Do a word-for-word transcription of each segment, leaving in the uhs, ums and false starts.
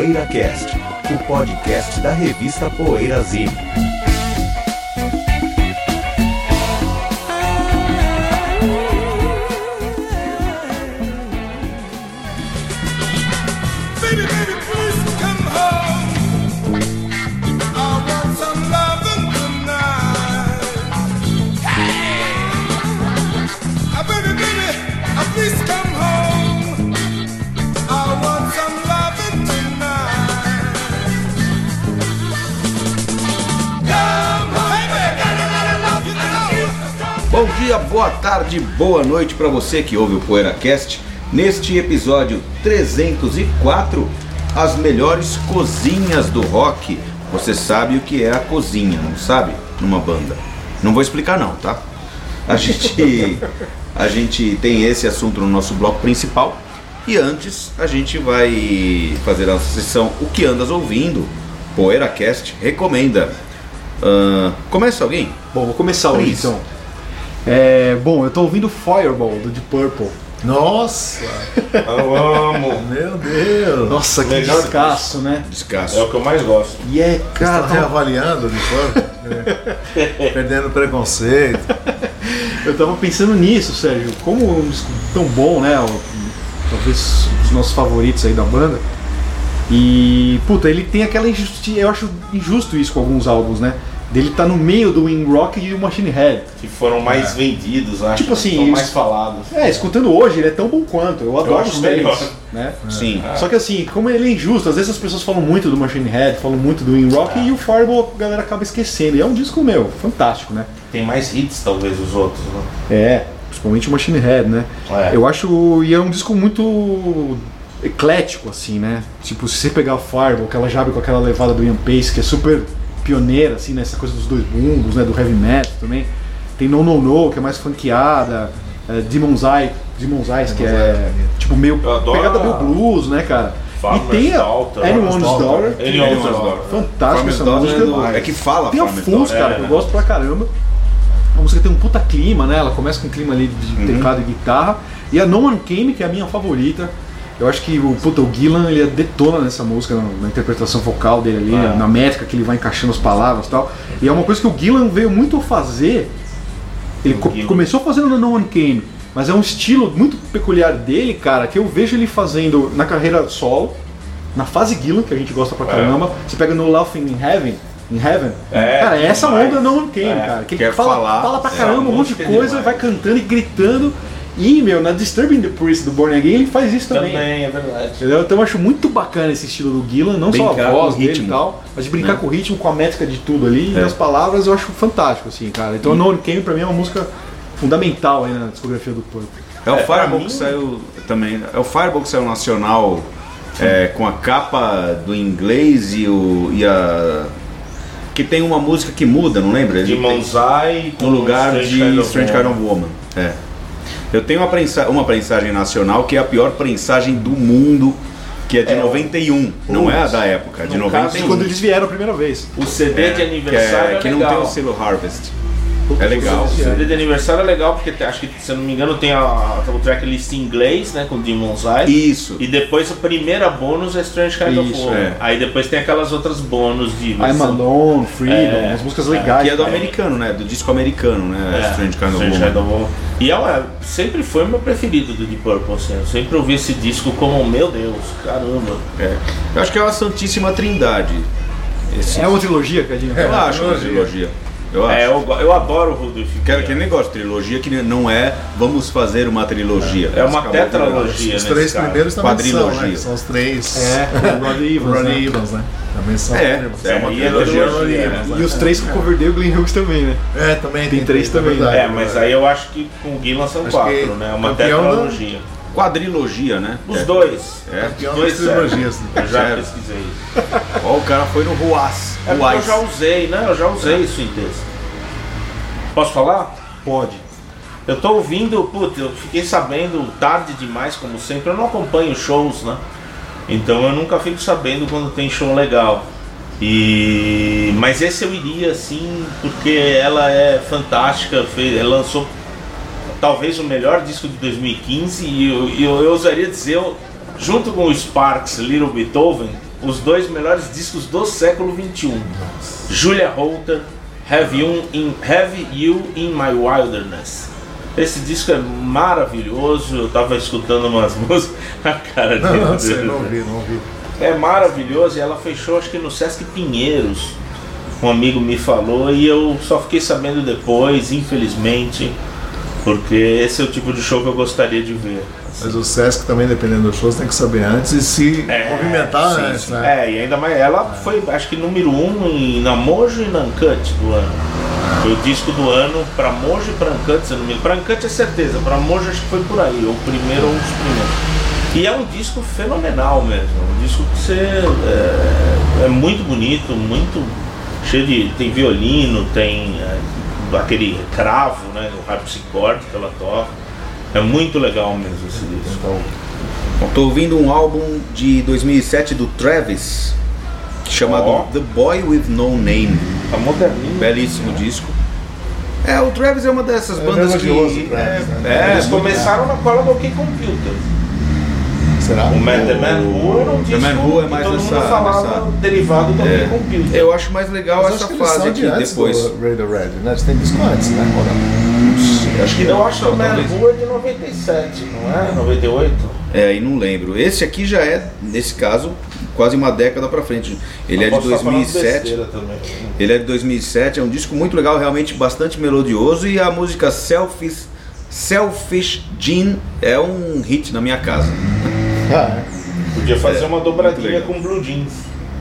PoeiraCast, o podcast da revista Poeirazine. Bom dia, boa tarde, boa noite para você que ouve o PoeiraCast. Neste episódio trezentos e quatro, as melhores cozinhas do rock. Você sabe o que é a cozinha, não sabe? Numa banda. Não vou explicar não, tá? A gente, a gente tem esse assunto no nosso bloco principal. E antes, a gente vai fazer a nossa sessão O que Andas Ouvindo? PoeiraCast recomenda. Uh, começa alguém? Bom, vou começar hoje então. É, bom, eu tô ouvindo Fireball do Deep Purple. Nossa! Eu amo! Meu Deus! Nossa, que Melhor descasso, né? Descasso. É o que eu mais gosto. E é, cara, Você tá reavaliando o Deep Purple? Perdendo preconceito. eu tava pensando nisso, Sérgio. Como um disco tão bom, né? Talvez os nossos favoritos aí da banda. E, puta, ele tem aquela injustiça. Eu acho injusto isso com alguns álbuns, né? Dele tá no meio do Wing Rock e do Machine Head. Que foram mais É. vendidos, acho. Tipo assim, São mais isso- falados. É, escutando hoje, ele é tão bom quanto. Eu adoro acho os três, melhor. né? Sim. Só que assim, como ele é injusto, às vezes as pessoas falam muito do Machine Head, falam muito do Wing Rock e o Fireball a galera acaba esquecendo. E é um disco, meu, fantástico, né? Tem mais hits, talvez, os outros, né? É, principalmente o Machine Head, né? É. Eu acho, e é um disco muito eclético, assim, né? Tipo, se você pegar o Fireball, que ela já abre com aquela levada do Ian Pace, que é super pioneira, assim, nessa coisa dos dois bumbos, né? Do heavy metal também. Tem No No No, que é mais funkeada. É, Demon's Eye, Demon's Eyes, que Demon's é Eye, tipo meio Eu adoro pegada a- meio blues, né, cara? Farmer's e tem a Daughter, Anyone's Farmer's Daughter, Daughter. Anyone's que é Daughter. fantástica Farmer's essa Daughter música. é do- é que fala Tem a Farmer's Fools, Daughter. cara, É, que eu né? gosto pra caramba. A música tem um puta clima, né? Ela começa com um clima ali de teclado e guitarra. E a No One Came, que é a minha favorita. Eu acho que o, puta, o Gillan, ele detona nessa música, na, na interpretação vocal dele ali, Ah. na métrica que ele vai encaixando as palavras e tal. E é uma coisa que o Gillan veio muito a fazer. Ele O co- Gillan. começou fazendo na No One Came, mas é um estilo muito peculiar dele, cara, que eu vejo ele fazendo na carreira solo, na fase Gillan, que a gente gosta pra caramba. Você pega no Laughing in Heaven, in Heaven, É, cara, é essa demais. onda No One Came, É, cara. Que quer ele fala, falar, fala pra é, caramba um a monte de música é coisa, demais. vai cantando e gritando. E, meu, na Disturbing the Priest do Born Again ele faz isso também. Também, é verdade. Entendeu? Então eu acho muito bacana esse estilo do Gillan, não só Brincar a voz com o dele ritmo. e tal, mas de brincar Né? com o ritmo, com a métrica de tudo ali, e É. as palavras eu acho fantástico, assim, cara. Então No One Came pra mim é uma música fundamental aí na discografia do Purple. É o É, pra Fireball mim- que saiu também. É o Fireball que saiu nacional, é, com a capa do inglês e, o, e a. Que tem uma música que muda, não lembra? Ele Demon's Eye tem, no lugar Strange de Kind of Strange Kind of Woman. É. Eu tenho uma, prensa, uma prensagem nacional que é a pior prensagem do mundo, que é de É, noventa e um. Não é a da época, é de no noventa caso, e um. Quando eles vieram a primeira vez. O C D É, de aniversário que, é, é, que não legal. tem o selo Harvest. É legal. O C D de aniversário é legal porque tem- acho que, se eu não me engano, tem a, o tracklist em inglês, né, com Demon's Eye. Isso. E depois a primeira bônus é Strange Kind of Isso, Woman. é. Aí depois tem aquelas outras bônus de I'm versão- Alone, Freedom, É, umas músicas legais. Que é do cara. americano, né? Do disco americano, né? É, Strange Kind of Strange Woman. Kind of Woman. E é uma, sempre foi o meu preferido do Deep Purple, assim. Eu sempre ouvi esse disco como, meu Deus, caramba. É. Eu acho que é uma santíssima trindade. Esse... É uma trilogia, Cadinho? Eu acho uma trilogia. trilogia. Eu acho. É, eu, go- eu adoro o Rudolph. Quero que negócio de trilogia que não é vamos fazer uma trilogia. É uma Acabou de tetralogia. Os nesse três caso. primeiros também são, Quadrilogia. né? São os três. É, o Rodney Evans, Ronnie né? Evans, né? Também são É, primos. é uma e a trilogia. trilogia, Ronnie né? Evans, E os três com o Coverdale e o Glenn Hughes também, né? É, também Tem três também, verdade, É, mas aí eu acho que com o Guilherme são Acho quatro, que né? Uma campeão da- tetralogia. Quadrilogia, né? Os É. dois. É. Campeão Dois das trilogias. Eu já Zero. pesquisei. Ó, o cara foi no Ruaz. É porque eu Ruaz. já usei, né? Eu já usei isso em texto. Posso falar? Pode. Eu tô ouvindo, putz, eu fiquei sabendo tarde demais, como sempre. Eu não acompanho shows, né? Então eu nunca fico sabendo quando tem show legal. E mas esse eu iria sim, porque ela é fantástica, fez, ela lançou talvez o melhor disco de dois mil e quinze e eu, eu, eu ousaria dizer, junto com o Sparks, Little Beethoven, os dois melhores discos do século vinte e um. Julia Holter, Have You in, Have You in My Wilderness. Esse disco é maravilhoso, eu tava escutando umas músicas, a cara dele. Não, não sei, não ouvi, não ouvi. É maravilhoso, e ela fechou acho que no Sesc Pinheiros. Um amigo me falou e eu só fiquei sabendo depois, infelizmente, porque esse é o tipo de show que eu gostaria de ver. Mas o Sesc também, dependendo dos shows, tem que saber antes e se É, movimentar, sim, né? sim. né? É, e ainda mais, ela foi acho que número um em, na Mojo e na Uncut do ano. Foi o disco do ano pra Mojo e pra Uncut, se eu não me engano. Pra Uncut é certeza, pra Mojo acho que foi por aí, ou o primeiro ou um dos primeiros. E é um disco fenomenal mesmo, um disco que você é, é muito bonito, muito cheio de. Tem violino, tem é, aquele cravo, né? O harpsichord que ela toca. É muito legal mesmo esse disco. Então, Bom, tô ouvindo um álbum de dois mil e sete do Travis, chamado Ó. The Boy With No Name. Tá moderninho. Belíssimo disco. É, o Travis é uma dessas É bandas que... melodioso, o Travis, é, né? é, Eles muito- começaram na cola do OK Computer. será? O Man, The Man Who era um The disco Man Who é que mais todo nessa- mundo falava nessa- derivado do É. OK Computer. Eu acho mais legal Mas essa acho que eles fase são de aqui antes depois. do Radiohead, né? Eles têm disco antes, né? Ou não? Acho que Eu não, acho que o Man talvez. Who é de noventa e sete, não é? noventa e oito? É, aí não lembro. Esse aqui já é, nesse caso, quase uma década pra frente. Ele Eu é de posso estar falando dois mil e sete. besteira também. Ele é de dois mil e sete, é um disco muito legal, realmente bastante melodioso, e a música Selfish, Selfish Gene é um hit na minha casa. Ah, é. Podia fazer É, uma muito dobradinha legal. com Blue Jeans.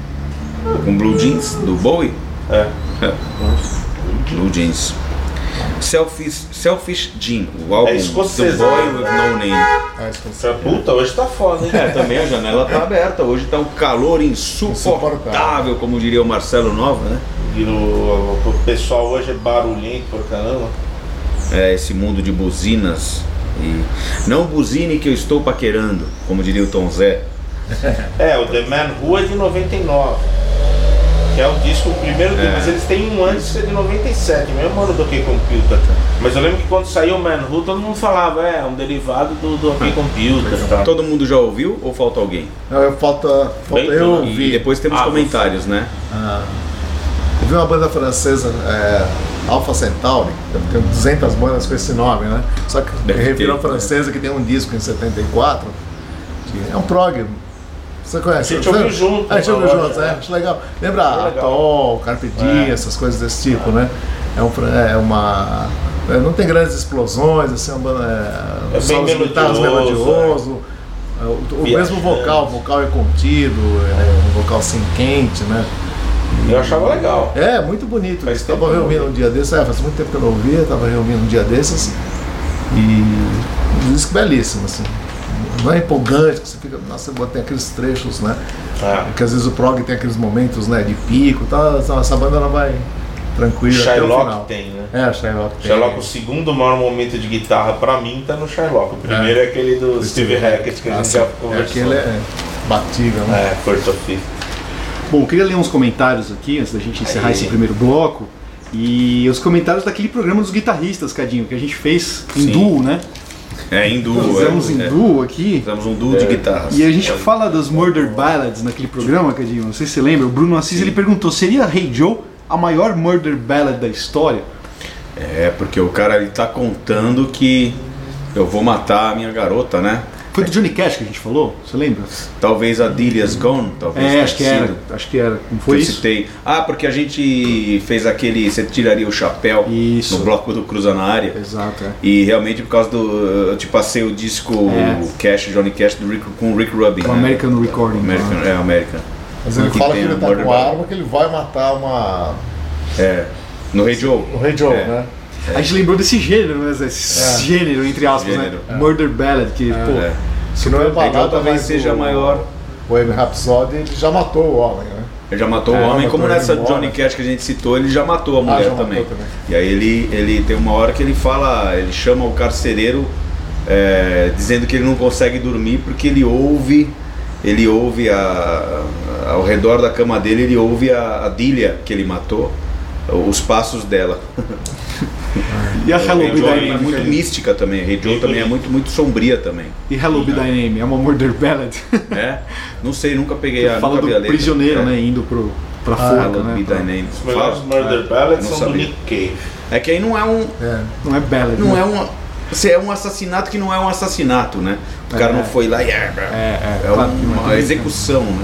Com Blue Jeans, do Bowie. É. É. Blue Jeans. Selfish, Selfish Gene, o álbum É The escocês, Boy né? With No Name. Ah, isso Você é puta, hoje tá foda, hein? É, também a janela tá aberta, hoje tá um calor insuportável, Insuportável. como diria o Marcelo Nova, né? E o, o pessoal hoje é barulhento pra caramba. É, esse mundo de buzinas. E não buzine que eu estou paquerando, como diria o Tom Zé. É, o The Man Who é de noventa e nove. Que é o disco, o primeiro disco, É. mas eles têm um antes que é de noventa e sete, mesmo ano do OK Computer. Mas eu lembro que quando saiu o Man Who, todo mundo falava, é, um derivado do, do OK Computer e tal. Todo mundo já ouviu ou falta alguém? Não, eu- falta, falta Bem, eu E ouvir. depois temos Ah, comentários, né? Ah, eu vi uma banda francesa, é, Alpha Centauri, tem duzentas bandas com esse nome, né? Só que Deve me refiro ter, à francesa que tem um disco em setenta e quatro, que é um prog. Você conhece? A gente Você- ouviu junto, A gente na ouviu loja, juntos, né? é, acho legal. Lembra Foi legal. Atol, Carpe Diem, É. essas coisas desse tipo, né? É, um, fra- é uma... é, não tem grandes explosões, assim, é uma banda... É os bem solos de guitarras melodioso, melodioso. é, O, o Viajante. mesmo vocal, o vocal é contido, é um vocal assim quente, né? Eu achava legal. É, muito bonito. Faz Eu tempo tava que eu não reunindo um dia desses, é, faz muito tempo que eu não ouvia, eu tava reunindo um dia desses e um disco belíssimo, assim. Não é empolgante, que você fica, nossa, tem aqueles trechos, né? Ah. Que às vezes o prog tem aqueles momentos, né, de pico e tal, essa, essa banda ela vai tranquila até o Shylock final. tem, né? É, a Shylock tem. Shylock, o segundo maior momento de guitarra pra mim tá no Shylock. O primeiro é, aquele do Steve Hackett que a gente Nossa, já é conversou. aquele é batível, né? É, First of Fifth. Bom, eu queria ler uns comentários aqui antes da gente encerrar Aí. esse primeiro bloco. E os comentários daquele programa dos guitarristas, Cadinho, que a gente fez em Sim. duo, né? É, em duo. Fizemos é, em é. duo aqui. Fizemos um duo de guitarras. E a gente fala das Murder Ballads naquele programa, Cadinho, não sei se você lembra. O Bruno Assis ele perguntou: seria Hey Joe a maior Murder Ballad da história? É, porque o cara ele tá contando que eu vou matar a minha garota, né? Foi do Johnny Cash que a gente falou? Você lembra? Talvez a Delia's Gone, talvez. É, tenha acho que era. sido. Acho que era. Não Que foi eu isso? citei. Ah, porque a gente fez aquele. Você tiraria o chapéu Isso. no bloco do Cruza na área. Exato, é. E realmente por causa do. Eu te passei o disco É. Cash, Johnny Cash do Rick, com o Rick Rubin. O né? American Recording. American, né? é, American. Mas ele Que fala que tem ele a tá Murder com a Ballad. arma que ele vai matar uma... É. No Rei Joe. o Rei Joe, É. né? A gente lembrou desse gênero, né? Zé? Esse gênero, entre aspas, Gênero. né? Murder Ballad, que, pô, É. Se não é Rei Joe balada, talvez mas seja o- maior. O Bohemian Rhapsody, ele já matou o homem, né? Ele já matou É, o homem, matou como ele nessa embora. Johnny Cash que a gente citou, ele já matou a mulher já matou também. também. E aí ele, ele tem uma hora que ele fala, ele chama o carcereiro é, dizendo que ele não consegue dormir porque ele ouve, ele ouve a, a- ao redor da cama dele, ele ouve a, a Delia que ele matou, os passos dela. E a Hello Hey Be Joe Thy é Name? muito mística também. Hey Joe também é muito, muito sombria também. E Hello Be Thy Name? É uma murder ballad? É? Não sei, nunca peguei a Fala nunca vi a do letra. prisioneiro, É. né? Indo pro, pra Ah, forca, Hello né? Be pra- Thy Name. Os melhores Fala. Murder É, Ballads não são do sabia. Nick Cave. É que aí não é um. É. Não é ballad, Não né? é um. Se é um assassinato que não é um assassinato, né? O cara É. não foi lá e. É, É, é, é claro que não é uma tudo execução, né?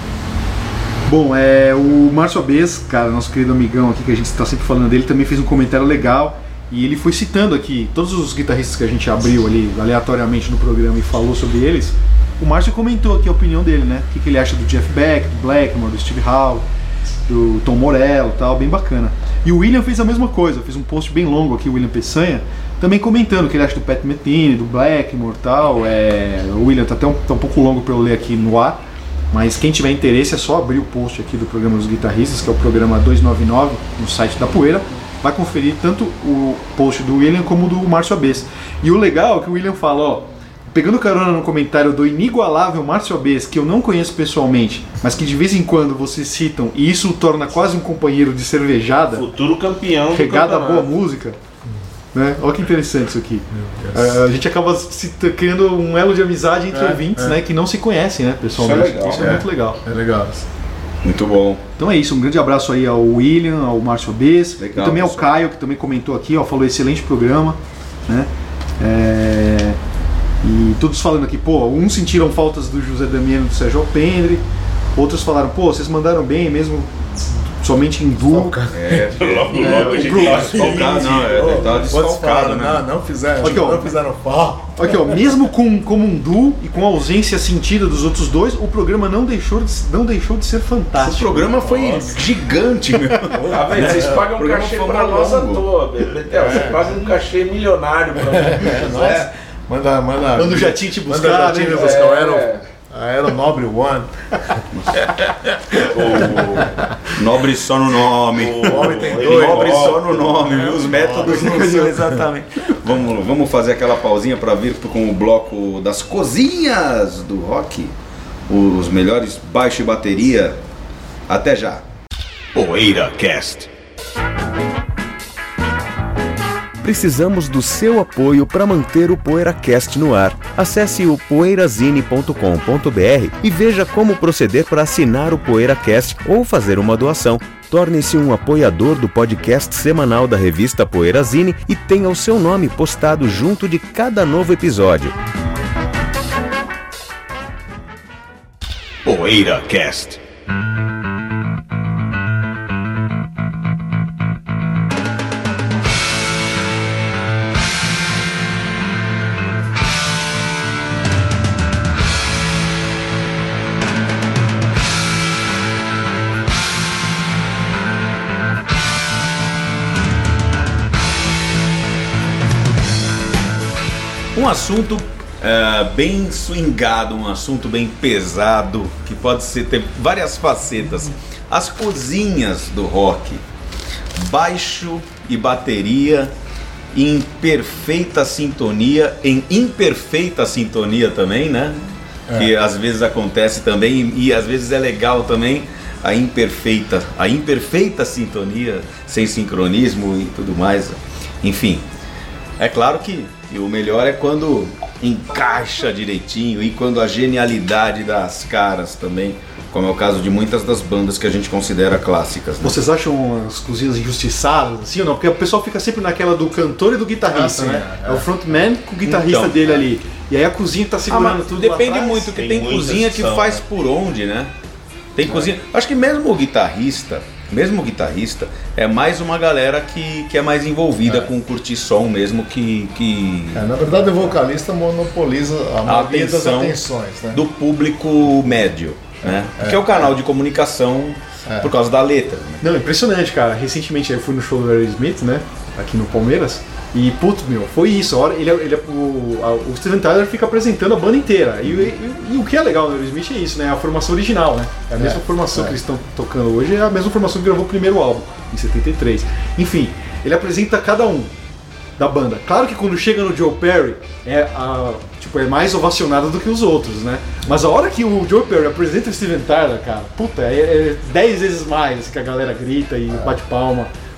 Bom, é, o Márcio Abes, cara, nosso querido amigão aqui, que a gente está sempre falando dele, também fez um comentário legal e ele foi citando aqui todos os guitarristas que a gente abriu ali aleatoriamente no programa e falou sobre eles. O Márcio comentou aqui a opinião dele, né? O que, que ele acha do Jeff Beck, do Blackmore, do Steve Howe, do Tom Morello e tal, bem bacana. E o William fez a mesma coisa, fez um post bem longo aqui, o William Peçanha, também comentando o que ele acha do Pat Metheny, do Blackmore e tal. É, o William tá até um, tá um pouco longo para eu ler aqui no ar, mas quem tiver interesse é só abrir o post aqui do programa dos guitarristas, que é o programa duzentos e noventa e nove, no site da Poeira. Vai conferir tanto o post do William como do Márcio Abes. E o legal é que o William fala, ó, pegando carona no comentário do inigualável Márcio Abes, que eu não conheço pessoalmente, mas que de vez em quando vocês citam, e isso o torna quase um companheiro de cervejada, Futuro campeão do regada a campeonato. boa música. Né? Olha que interessante isso aqui. Uh, a gente acaba se t- criando um elo de amizade entre É, ouvintes, é. né, que não se conhecem, né, pessoalmente. Isso é legal. Isso é É. muito legal. É legal. Muito bom. Então é isso, um grande abraço aí ao William, ao Márcio Abes, Legal, e também ao pessoal. Caio, que também comentou aqui, ó, falou excelente programa, né? É, E todos falando aqui, pô, uns sentiram faltas do José Damiano e do Sérgio Alpendre, outros falaram, pô, vocês mandaram bem mesmo somente em duo. É, Logo, É, logo o a gente Bruce. tá desfalcado, não, é, ele tava Outros desfalcado, falaram, né? não, não fizeram, Aqui, ó. não fizeram falta. Aqui, ó, mesmo com, como um duo e com a ausência sentida dos outros dois, o programa não deixou de, não deixou de ser O fantástico. programa foi gigante, meu. Ah, velho, vocês pagam um programa cachê foi pra mais nós à longo. toa, Betel. Você paga um cachê milionário pra nós. Nossa, manda, manda. Manda o jatinho te Manda buscar, o jatinho né? te buscar, É. o Aero- a Aeronobre One. Nobre só no nome. O homem tem Ele dois. Nobre ó, só no nome, viu? Os métodos não são exatamente. Vamos, vamos fazer aquela pausinha para vir com o bloco das cozinhas do rock. Os melhores baixo e bateria. Até já. PoeiraCast. Precisamos do seu apoio para manter o PoeiraCast no ar. Acesse o poeirazine ponto com ponto br e veja como proceder para assinar o PoeiraCast ou fazer uma doação. Torne-se um apoiador do podcast semanal da revista Poeirazine e tenha o seu nome postado junto de cada novo episódio. PoeiraCast. Um assunto é, bem swingado, um assunto bem pesado, que pode ser, ter várias facetas. As cozinhas do rock, baixo e bateria em perfeita sintonia, em imperfeita sintonia também, né? É. Que às vezes acontece também e, e às vezes é legal também a imperfeita, a imperfeita sintonia, sem sincronismo e tudo mais. Enfim, é claro que e o melhor é quando encaixa direitinho e quando a genialidade das caras também, como é o caso de muitas das bandas que a gente considera clássicas. Né? Vocês acham as cozinhas injustiçadas, assim ou não? Porque o pessoal fica sempre naquela do cantor e do guitarrista, Ah, sim, né? É. é. é o frontman com o guitarrista Então, dele é. ali. E aí a cozinha tá Ah, segurando mas tudo depende lá atrás. muito, porque Tem tem, muitas cozinha que que são, faz né? por onde, né? Tem cozinha. Acho que mesmo o guitarrista, mesmo o guitarrista, é mais uma galera que, que é mais envolvida É. com curtir som mesmo que, que É, na verdade, o vocalista monopoliza a a maioria das atenção atenções, né? do público médio, né? Porque é o canal de comunicação É. por causa da letra. Né? Não, impressionante, cara. Recentemente eu fui no show do Aerosmith, né? Aqui no Palmeiras. E, putz, meu, foi isso. A hora, ele, ele, o, a, o Steven Tyler fica apresentando a banda inteira. E, e- e o que é legal no Aerosmith é isso, né? A formação original, né? É a mesma É, formação é. que eles estão tocando hoje, é a mesma formação que gravou o primeiro álbum, em setenta e três. Enfim, ele apresenta cada um da banda. Claro que quando chega no Joe Perry, é, a, tipo, é mais ovacionado do que os outros, né? Mas a hora que o Joe Perry apresenta o Steven Tyler, cara, puta, é, é dez vezes mais que a galera grita e bate palma.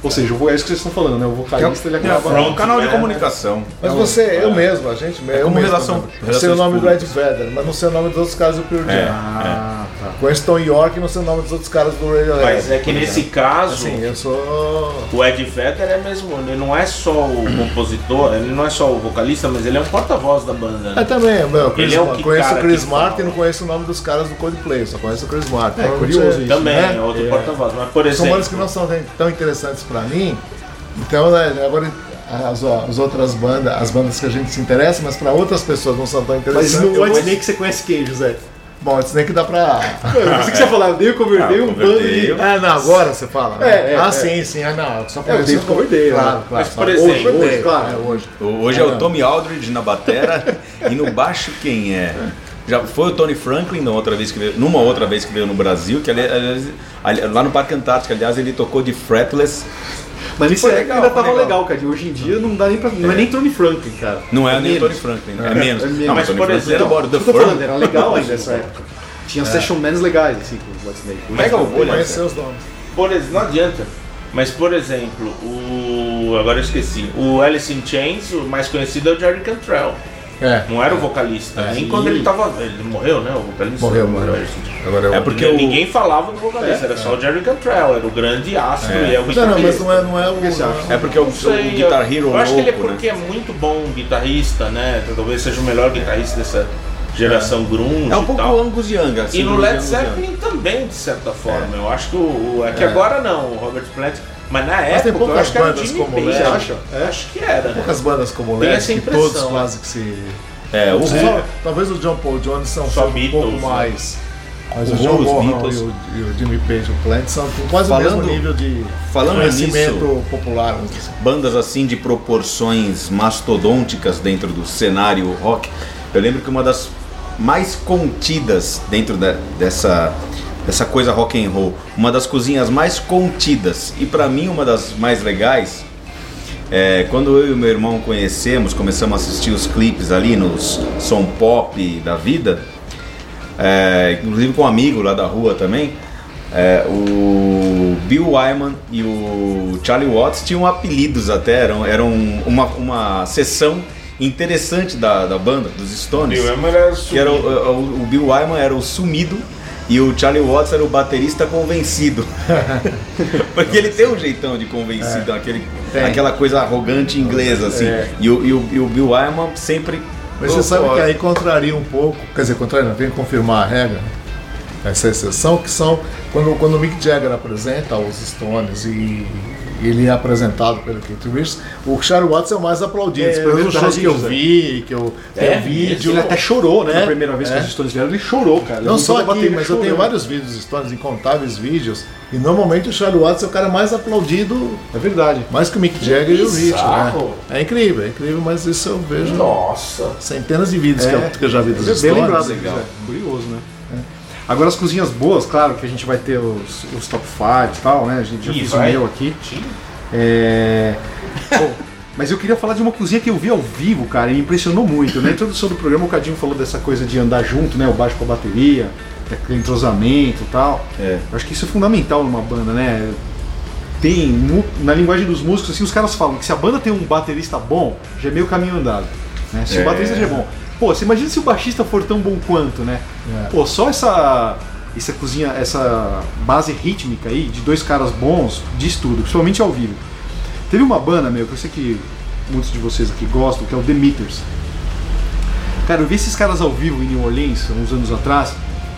Ou seja, é isso que vocês estão falando, né? O vocalista ele acaba... É um canal de comunicação. Mas você, eu mesmo, a gente mesmo. É como eu mesmo, relação- Eu sei o relações nome do Ed públicas. Vedder, mas não sei o nome dos outros caras do Pearl Jam. É. Ah, tá. Conheço Tom York e não sei o nome dos outros caras do Radiohead. Mas é que nesse caso, Assim, eu sou... o Ed Vedder é mesmo, ele não é só o compositor, ele não é só o vocalista, mas ele é um porta-voz da banda. É Né? também, meu, Chris, Ele é o que conheço cara o Chris que Martin e fala. não conheço o nome dos caras do Coldplay, só conheço o Chris Martin. É, Então, curioso sei, isso, Também né? é outro É. porta-voz, mas por São exemplo... bandas que não são tão interessantes pra mim, então né, agora as, as outras bandas, as bandas que a gente se interessa, mas pra outras pessoas não são tão Mas interessantes. no eu White vou- Snake você conhece quem, José? Bom, White Snake dá pra... Eu pensei que você ia falar, eu dei o Coverdale, Ah, um bando de... Coverdale. Ah, não, agora você fala. né? É, é, ah, é. sim, sim. Ah, não, só É, o conheço David Coverdale, Claro, né? claro. Mas, por só- exemplo, hoje, hoje, claro, claro. é hoje. Hoje é o Tommy Aldridge na batera e no baixo quem é? Já foi o Tony Franklin na outra vez que veio, numa outra vez que veio no Brasil, que ali- aliás, ali- lá no Parque Antártico, aliás, ele tocou de fretless. Mas isso Foi é legal, ainda foi tava legal. legal, cara. Hoje em dia não dá nem pra... Não é nem Tony Franklin, cara. Não é, nem o menos. Tony Franklin, é, menos. é menos. Não, Mas, Tony por Franklin exemplo, era embora Eu do tô falando, Firm. era legal ainda nessa época. Tinha session bands legais, assim, com o White Snake. Pega o bolha. Conhecer os nomes. Por ex- não adianta. Mas, por exemplo, o. Agora eu esqueci. O Alice in Chains, o mais conhecido é o Jerry Cantrell. É. Não era o vocalista. É. Nem quando ele tava. Ele morreu, né? O vocalista. Morreu, O morreu. Alice in Chains. Agora eu... É porque Ninguém- o- Ninguém falava do vocalista, era só o Jerry Cantrell, era o grande astro É. e é o Não, guitarrista. não, mas não é, não é o... que você acha? É porque o, Não sei, o Guitar Hero eu acho que ele é louco, porque né? é muito bom guitarrista, né? Talvez seja o melhor guitarrista dessa geração grunge É um e pouco tal. Angus Young, assim. E no Angus Led Young. Zeppelin também, de certa forma. Eu acho que o. o- é que agora não, o Robert Plant. Mas na tem época eu poucas acho que era o bandas Jimmy como Page. Led. Você acha? É, acho que era. Poucas bandas como Tem Led, essa que impressão. todos quase que se... É, o Só- talvez o John Paul Jones são Só um Beatles, pouco né? mais... Mas O o John Paul, os Bonham e Beatles. o, e o Jimmy Page e o Plant são com quase o Falando- mesmo nível de falando conhecimento nisso- popular. vamos dizer assim. bandas assim de proporções mastodônticas dentro do cenário rock. Eu lembro que uma das mais contidas dentro da- dessa, dessa coisa rock and roll, uma das cozinhas mais contidas e pra mim uma das mais legais, é, quando eu e o meu irmão conhecemos, começamos a assistir os clipes ali nos som pop da vida, é, inclusive com um amigo lá da rua também. É, o Bill Wyman e o Charlie Watts tinham apelidos até, eram, eram uma, uma sessão interessante da, da banda, dos Stones. Bill Wyman era Que era o, sumido. o, o Bill Wyman era o sumido e o Charlie Watts era o baterista convencido. Porque ele tem um jeitão de convencido, aquele, Tem. aquela coisa arrogante inglesa assim. É. E, o, e, o, e o Bill Wyman sempre. Mas você sabe que aí contraria um pouco, quer dizer, contraria, não, vem confirmar a regra, essa exceção, que são quando, quando o Mick Jagger apresenta os Stones e ele é apresentado pelo Keith Richards, o Charlie Watts é o mais aplaudido. É, Pelo menos nos shows verdade, que eu José. vi, que eu É, tenho vídeo. Ele até chorou, né? É, Na primeira vez que é. os Stones vieram, ele chorou, cara. Não Ele só levantou da aqui, bateria mas eu tenho chorando. vários vídeos dos Stones, incontáveis vídeos, e normalmente o Charlie Watts é o cara mais aplaudido, É verdade. mais que o Mick Jagger e o Richard. Né? bizarro. É incrível, é incrível, mas isso eu vejo Nossa. centenas de vídeos que, eu, que eu já vi dos Bem Stones. lembrado, legal. José. Curioso, né? Agora as cozinhas boas, claro que a gente vai ter os, os top cinco e tal, né? A gente já Ih, fez vai. o meu aqui. Tinha? É... Bom, mas eu queria falar de uma cozinha que eu vi ao vivo, cara, e me impressionou muito. Na introdução do programa o Cadinho falou dessa coisa de andar junto, né? O baixo com a bateria, aquele entrosamento e tal. É. Eu acho que isso é fundamental numa banda, né? Tem, mu- na linguagem dos músicos, assim, os caras falam que se a banda tem um baterista bom, já é meio caminho andado. Né? Se É. o baterista já é bom. Pô, você imagina se o baixista for tão bom quanto, né? É. Pô, só essa, essa cozinha, essa base rítmica aí, de dois caras bons, diz tudo, principalmente ao vivo. Teve uma banda, meu, que eu sei que muitos de vocês aqui gostam, que é o The Meters. Cara, eu vi esses caras ao vivo em New Orleans, uns anos atrás,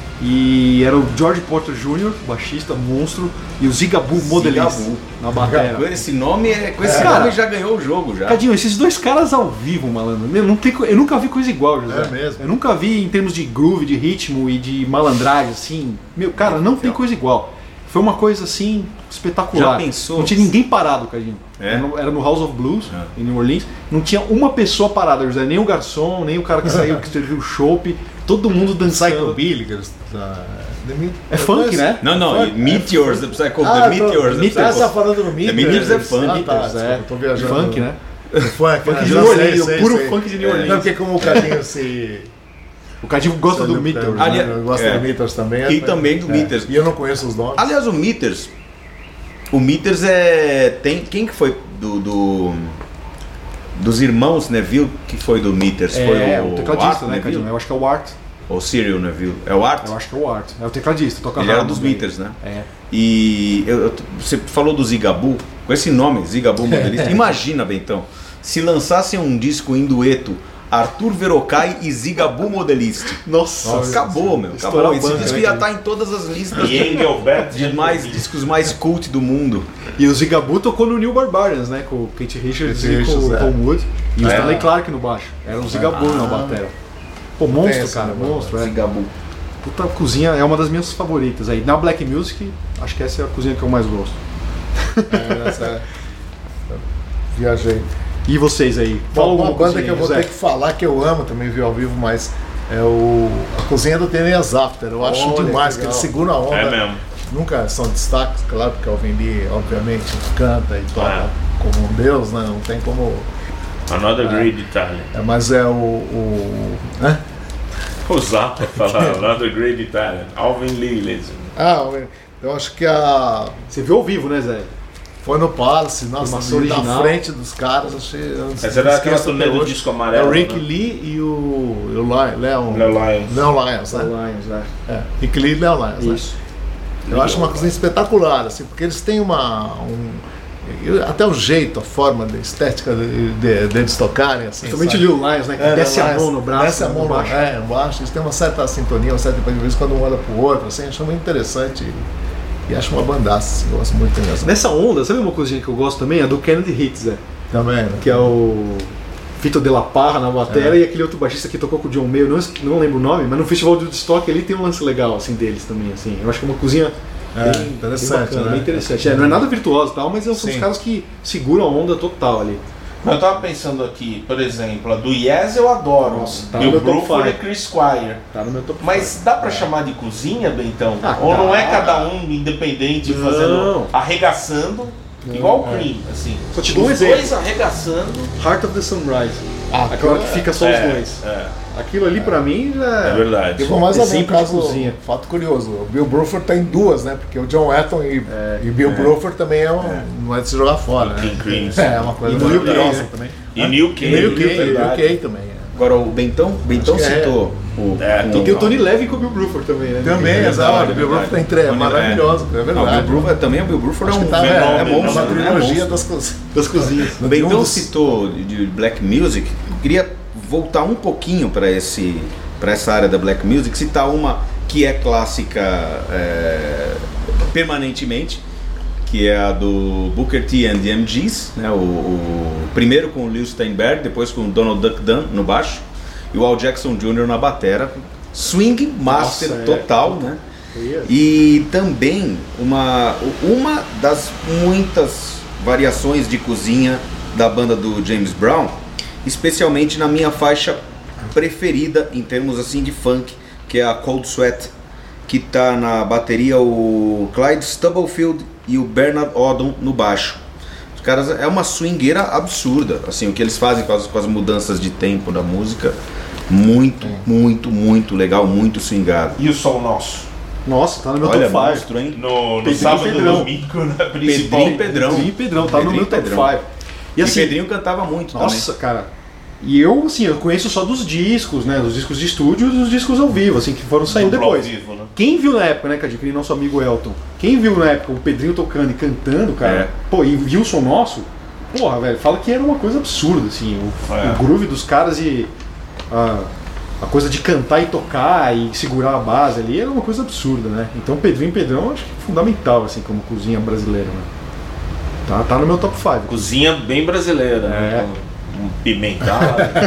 e era o George Porter Júnior, baixista, monstro, e o Zigaboo modelista Zigaboo. na bateria. Com esse nome, é- com esse Cara, nome já ganhou o jogo já. Cadinho, esses dois caras ao vivo, malandro, meu, não tem, co- eu nunca vi coisa igual, José. É mesmo? Eu nunca vi em termos de groove, de ritmo e de malandragem, assim. Meu, cara, não tem coisa igual. Foi uma coisa assim espetacular. Já pensou? Não tinha ninguém parado, Cadinho. É? Era, no, era no House of Blues, É. em New Orleans. Não tinha uma pessoa parada, José. Nem o garçom, nem o cara que saiu, que serviu o chopp. Todo mundo dançando. Psycho Billy, que eles- da- The Met- É funk, né? Não, não, Funk, e Meteors, the Psycho, Ah, The tô- Meteors, the Meters. Ah, Psycho. você tá falando do Meters? Meters é funk. Ah, tá, Meters, desculpa, é. eu tô viajando. Funk, né? Funk, Funk né? de Já New sei, Orleans, sei, puro sei. funk de New Orleans. Não, porque como o Cadinho se... O Cadinho gosta do Meters. Ali- Né? Eu gosto é. do Meters também. E também do Meters. E eu não conheço os nomes. Aliás, o Meters, O Meters é... Tem, quem que foi do... do dos irmãos Neville, que foi do Meters? É, foi o, o tecladista, né, Cadinho? Eu acho que é o Art. Ou Cyril Neville. É o Art? Eu acho que é o Art. É o tecladista, toca Ele era dos Meters, né? É. E eu, eu, você falou do Zigabu, com esse nome, Zigabu Modelista. Imagina, Bentão, se lançassem um disco em dueto, Arthur Verocai e Zigabu Modelista. Nossa, Nossa, acabou, meu. Acabou. Esse banca, disco né, ia estar em todas as listas e Engelbert de mais discos mais cult do mundo. E o Zigabu tocou no New Barbarians, né? Com o Kate Richards Kate e Richards, com o é. Tom Wood. E o É. Stanley Clarke no baixo. Era um Zigabu Ah. na bateria. Pô, monstro, essa, cara, né, monstro, é. Zigabu. Puta cozinha, é uma das minhas favoritas aí. Na Black Music, acho que essa é a cozinha que eu mais gosto. É, essa é... Viajei. E vocês aí? Fala Bom, uma alguma banda que eu vou Zé. ter que falar que eu amo também, vi ao vivo, mas é o a Cozinha do Tenes After. Eu acho Olha, demais que que, legal. eles seguram a onda. É mesmo. Nunca são destaques, claro, porque o Alvin Lee, obviamente, canta e toca É. como um deus, né? Não tem como. Another Great Italian. É, mas é o. o né? O Zappa falar Another Great Italian. Alvin Lee, listen. Ah, eu acho que a. Você viu ao vivo, né, Zé? Foi no Palace, nossa, Formação ali na original. frente dos caras, achei. eu não Essa era aquela esqueço turnê até do hoje. disco É amarelo. o Rick né? Lee e o, e o Lion, Leon, Leon Lyons. Leon Lyons, né? Lions, né? É, Rick Lee e Leon Lyons, né? Isso. Eu acho uma coisa espetacular, assim, porque eles têm uma. Um, eu- até o jeito, a forma, a estética de, de, deles tocarem, assim. Principalmente o sabe? Lil Lions, né? Que É, desce Leon a mão Lyons, no braço, desce a né, mão no no baixo. É, baixo. Eles têm uma certa sintonia, uma certa de vez em quando um olha pro outro, assim, acho muito interessante. E, e acho uma bandaça, assim, gosto muito dessa. Nessa onda, sabe uma coisinha que eu gosto também? A do Kennedy Hits, Zé. Também, né? Que é o Fito de la Parra na bateria e aquele outro baixista que tocou com o John Mayer, não, não lembro o nome, mas no Festival de Woodstock ali tem um lance legal assim deles também, assim. Eu acho que é uma cozinha É, bem interessante, bem bacana, né? bem interessante. É, não é nada virtuoso e tal, mas são os Sim. caras que seguram a onda total ali. Eu tava pensando aqui, por exemplo, a do Yes eu adoro. Nossa, tá e no o meu top Bruford e five. Chris Squire. Tá no meu top Mas dá pra chamar de cozinha, Bentão? Ah, Ou não dá. é cada um independente Não. fazendo, arregaçando, igual o Cream, assim. Só te dou um Os exemplo. dois arregaçando. Heart of the Sunrise. Ah, Aquela que fica só os é, dois. É, Aquilo ali pra mim já é verdade. Eu vou mais além, Exemplo de caso, cozinha. fato curioso, o Bill Bruford tem duas, né? Porque o John Wetton e, e Bill Bruford também é um, não é de se jogar fora, King né? Crimson. É uma coisa E no maravilhosa U K, né? também. E New Kay. E o K, verdade. o K também. é. Agora o Bentão, Bentão Acho que é. citou o. É, um- E tem o Tony Levin com o Bill Bruford também, né? Também, É exato. verdade, O Bill é Bruford tem verdade. três, é Tony- maravilhoso, é Não, o Bill verdade. Bruford também, o Bill Bruford é Acho um que tá, fenômeno, é, é é uma monstro, né? É trilogia monstro. das coisas. Das cozinhas. Bentão Um dos- citou de Black Music, eu queria voltar um pouquinho para esse para essa área da Black Music, citar uma que é clássica é, permanentemente, que é a do Booker T and the M Gs, né? o, o primeiro com o Lil Steinberg, depois com o Donald Duck Dunn no baixo e o Al Jackson Júnior na batera, swing master Nossa, é. total, né? E também uma, uma das muitas variações de cozinha da banda do James Brown, especialmente na minha faixa preferida em termos assim de funk, que é a Cold Sweat, que tá na bateria o Clyde Stubblefield e o Bernard Odom no baixo. Os caras é uma swingueira absurda, assim, o que eles fazem com as, com as mudanças de tempo da música, muito, muito, muito legal, muito swingado. E o Sol Nosso? Nossa, tá no meu Olha, top cinco. monstro, hein? No, no Pedrinho sábado e Pedrão. domingo, na principal. Pedrinho e Pedrão. Pedrinho e Pedrão, tá no Pedrinho meu e top Pedrão. cinco. E E assim, Pedrinho cantava muito nossa, cara. E eu, assim, eu conheço só dos discos, né? Dos discos de estúdio e dos discos ao vivo, assim, que foram saindo Duplo ao depois. vivo, né? Quem viu na época, né, Cadinho, que nem nosso amigo Elton, quem viu na época o Pedrinho tocando e cantando, cara, É. pô, e viu o som nosso, porra, velho, fala que era uma coisa absurda, assim, o, É. o groove dos caras e a, a coisa de cantar e tocar e segurar a base ali era uma coisa absurda, né? Então Pedrinho e Pedrão eu acho que é fundamental, assim, como cozinha brasileira, né? Tá, tá no meu top cinco. Cozinha bem brasileira, É. né? Um pimental.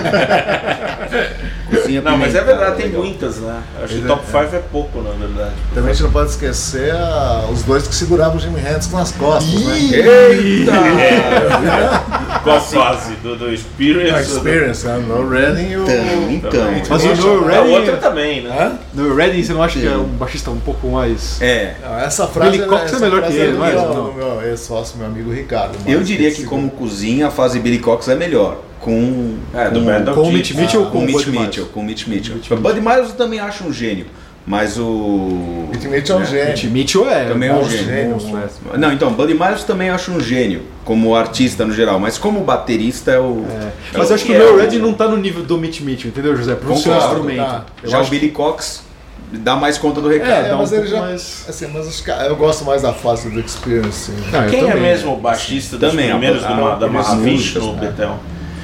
Cozinha Não, mas é pimentada, verdade, tem legal. muitas, né? Eu acho que Ele- top cinco é pouco, na verdade. Também a gente não pode esquecer ah, os dois que seguravam o Jimi Hendrix nas costas, né? Eita! Qual fase? Do, do Experience? A Experience, né? No Redding e o... Então, então. Mas o No A Redding, outra também, né? Hã? no Redding, você não acha que é um baixista um pouco mais... É, Não, essa frase Billy Cox é essa melhor frase que ele, do não é? meu, Não. do meu ex-sócio, meu amigo Ricardo. eu mas diria que esse- como cozinha a fase Billy Cox é melhor. Com, É, do com, Band of com o Chiefs. Mitch Mitchell ou com com o o Mitch Bud Mitchell, Mitchell? com o Mitch Mitchell. O Bud Miles eu também acho um gênio. Mas o... Pete Mitchell é um gênio. Pete Mitchell é Também é um monstro, gênio. monstro, é. Não, então, Buddy Miles também eu acho um gênio, como artista no geral, mas como baterista é o... É. é Mas o eu acho que o é meu o- Red não tá no nível do Mitch Mitchell, entendeu, José? Pro seu Concordo, instrumento. tá. Eu Já acho o Billy Cox dá mais conta do recado. É, dá um mas ele pouco já. mais- Assim, mas os caras- eu gosto mais da fase do Experience. Assim. Ah, eu Quem é também. mesmo o baixista dos Também, primeiros a- do Ma- da a- Mahavishnu, músicas, né? Betel?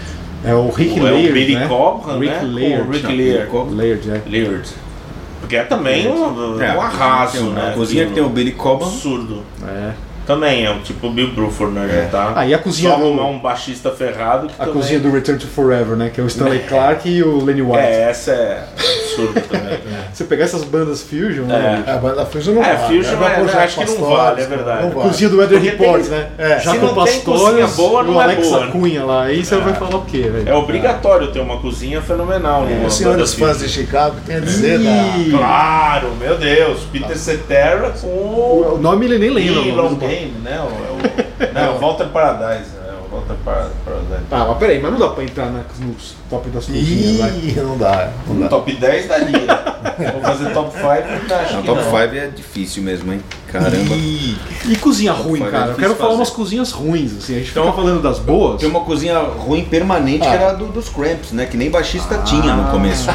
É o Rick É o Laird, Billy né? Cobham, Rick né? Laird. O Rick Não, Laird. Billy Cobham. Laird, é. Laird. Porque é também um, É, um arraso, tem um- né? A cozinha que tem o Billy Cobham. Absurdo. É. Também é o tipo Bill Bruford, né? É. Já tá. Ah, e a cozinha Só do- arrumar um baixista ferrado que A também... cozinha do Return to Forever, né? Que é o Stanley Clarke e o Lenny White. É, essa é absurda também. Você pegar essas bandas Fusion, É. né? É, a banda Fusion não É, vale. Fusion vai é- pro Jack acho que não Pastorius, vale, é verdade. Não A vale. cozinha do Weather Porque Report, tem- né? É, Já se com não tem Pastorius cozinha boa, e não o é Alex boa, né? Cunha lá. Aí você vai falar o quê, velho? É obrigatório ter uma cozinha fenomenal. numa Os senhores banda fãs de Fusion. Chicago têm a dizer da. Ih, Claro, meu Deus. Peter Cetera com O o... nome ele nem lembra. Lee mano. Long Game, né? O, é o, não, o Walter Paradise. É o Walter Par- Paradise. Ah, mas peraí, mas não dá pra entrar na, nos top das cozinhas, vai. Ih, não dá. Não dá. Top dez daria. Vou fazer top cinco, acho Não, que top não. cinco é difícil mesmo, hein? Caramba. E, e cozinha ruim, Top five é cara. Eu difícil quero falar fazer. umas cozinhas ruins, assim. A gente Então, fica falando das boas. Tem uma cozinha ruim permanente Ah. que era do, dos Cramps, né? Que nem baixista tinha no começo.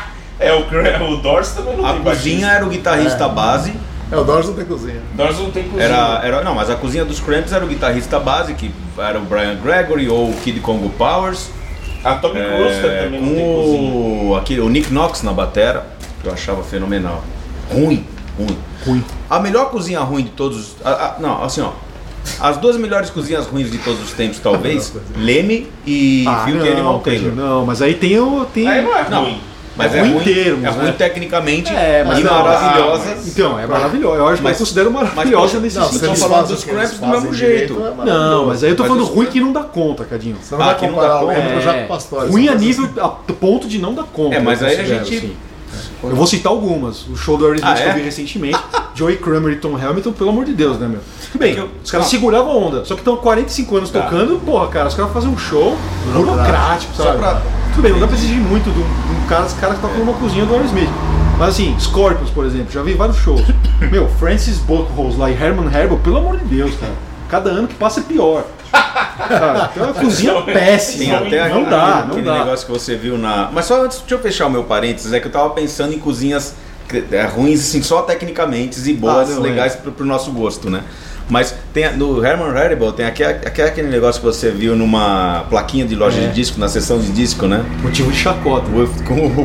É, o, Cra- o Doors também não A tem cozinha baixista. era o guitarrista base. É, o Doors não tem cozinha. Doors não tem cozinha. Era, era, não, mas a cozinha dos Cramps era o guitarrista base, que era o Brian Gregory ou o Kid Congo Powers. A Tommy É, Crusca também não tem cozinha. com o, aquele, o Nick Knox na batera, que eu achava fenomenal. Ruim, ruim. Ruim. A melhor cozinha ruim de todos. A, a, não, assim ó. As duas melhores cozinhas ruins de todos os tempos, talvez, Leme e Ah, Phil não, Animal Taylor. não, mas aí tem o. Tem... Aí não é Não, ruim. Mas É é, ruim ruim, em termos, é ruim né? tecnicamente É, mas e não, maravilhosa. ah, mas- Então, é maravilhosa. Eu acho que Mas- eu considero mas, maravilhosa poxa, nesse Não, Vocês se sentido. estão eles falando fazem dos o que eles Cramps do mesmo fazem jeito. direito, é Não, maravilhoso. mas aí eu tô Mas falando os- ruim que não dá conta, Cadinho. Você não Ah, vai que não comparar dá o Leme conta. com o Jaco Pastorius. Ruim a Você nível, a ponto de não dar conta. É, mas eu aí a considero, gente- assim. Eu vou citar algumas. O show do Aerosmith Ah, que eu é? vi recentemente, Joey Kramer e Tom Hamilton, pelo amor de Deus, né, meu? Tudo bem, Porque eu- os caras não. seguravam a onda, só que estão quarenta e cinco anos Tá. tocando, porra, cara, os caras fazem um show burocrático, Só sabe? pra- Tudo bem, não dá pra exigir muito de um, de um cara, esse cara que toca numa cozinha do Aerosmith. Mas assim, Scorpions, por exemplo, já vi vários shows. Meu, Francis Buckholz lá e Herman Herbo, pelo amor de Deus, cara. Cada ano que passa é pior. Cara, tem uma cozinha Tem péssima. até não aquele, dá, não aquele dá. negócio que você viu na. Mas só antes, deixa eu fechar o meu parênteses, é que eu tava pensando em cozinhas é, ruins, assim, só tecnicamente e boas, Ah, não, legais pro, pro nosso gosto, né? Mas tem, a- no Herman Haribo tem aquele, aquele, aquele negócio que você viu numa plaquinha de loja É. de disco, na seção de disco, né? Motivo de chacota. O- Com o,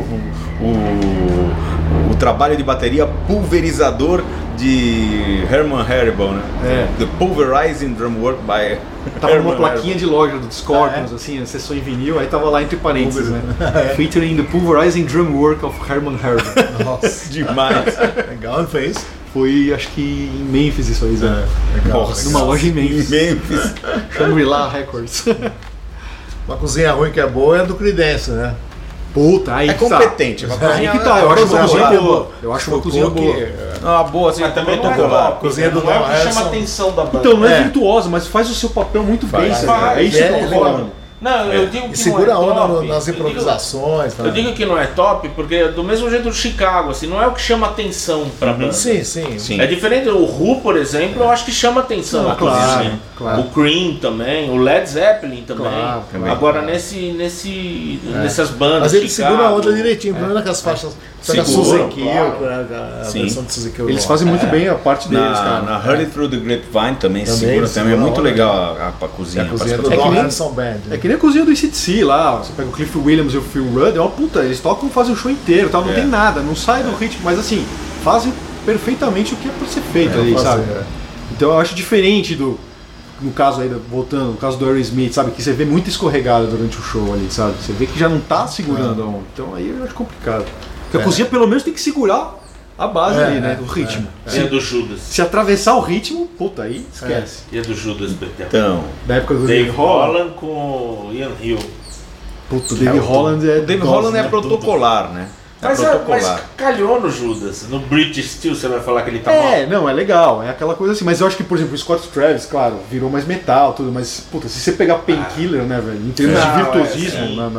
o, o trabalho de bateria pulverizador de Herman Haribo, né? É. The Pulverizing Drum Work by Tava numa Herman plaquinha Haribo. de loja do Scorpions, Ah, assim, a sessão em vinil, aí tava lá entre parênteses, né? Featuring the pulverizing drum work of Herman Herbo. Nossa, Demais. legal, ele fez. Foi, acho que em Memphis isso aí, Zé. Legal, Nossa. Numa loja em Memphis. Memphis. Shangri-La Records. Uma cozinha ruim que é boa é a do Creedence, né? Puta, aí É que tá. competente. É uma Aí cozinha, que tá, eu acho uma Cozinha cozinha boa. boa. Eu acho uma cozinha Tocou boa. que- uma boa, assim, Mas também não é tocou lá. top. Cozinha do não é o Don que chama a Harrison. atenção da banda. Então, não é, É. virtuosa, mas faz o seu papel muito bem, Faz, Zé. faz. É isso que É, eu tô legal. falando. Não, eu digo que E segura a não é onda top. no- nas Eu digo- improvisações. tá? Eu digo que não é top porque do mesmo jeito do Chicago, assim, não é o que chama atenção pra banda. Sim, sim. Sim. É diferente, o Who, por exemplo, eu acho que chama atenção Não, na claro, cozinha. claro. O Cream também, o Led Zeppelin também. Claro, também. Agora nesse, nesse, nessas bandas. Mas ele Chicago, segura a onda direitinho, pelo menos naquelas faixas. Pega a Segura, Suzy Kill, claro. a, a Sim. versão de Suzy Kill. Eles eu gosto. fazem muito bem a parte deles, Na, cara. na Hurry Through the Grapevine também, Também, segura, segura também é muito a onda. legal a, a, a É cozinha. a cozinha do participação. É que Don nem- Harrison Band. É que nem a cozinha do A C D C lá, você pega o Cliff Williams e o Phil Rudd, é uma puta, eles tocam e fazem o show inteiro, tal, não É. tem nada, não sai do ritmo, mas assim, fazem perfeitamente o que é pra ser feito É, ali, fazer, sabe? é. Então eu acho diferente do, no caso aí, voltando, no caso do Aerosmith, sabe, que você vê muita escorregada durante o show ali, sabe? Você vê que já não tá segurando a onda, então aí eu acho complicado. Porque a É. cozinha pelo menos tem que segurar a base É, ali, né, é, do ritmo. E a do Judas. Se atravessar o ritmo, puta, aí esquece. E a do Judas Betel. Então, Da época do Dave Dave Holland, Holland com o Ian Hill. puta, o Dave Holland é o Dave dose, Holland é né? protocolar, né? É Mas, é, mas protocolar. calhou no Judas. No British Steel você vai falar que ele tá mal. É, não, é legal, é aquela coisa assim, mas eu acho que, por exemplo, o Scott Travis, claro, virou mais metal, tudo, mas, puta, se você pegar Painkiller, né, velho, em termos Não, de é, virtuosismo, sim. na, na-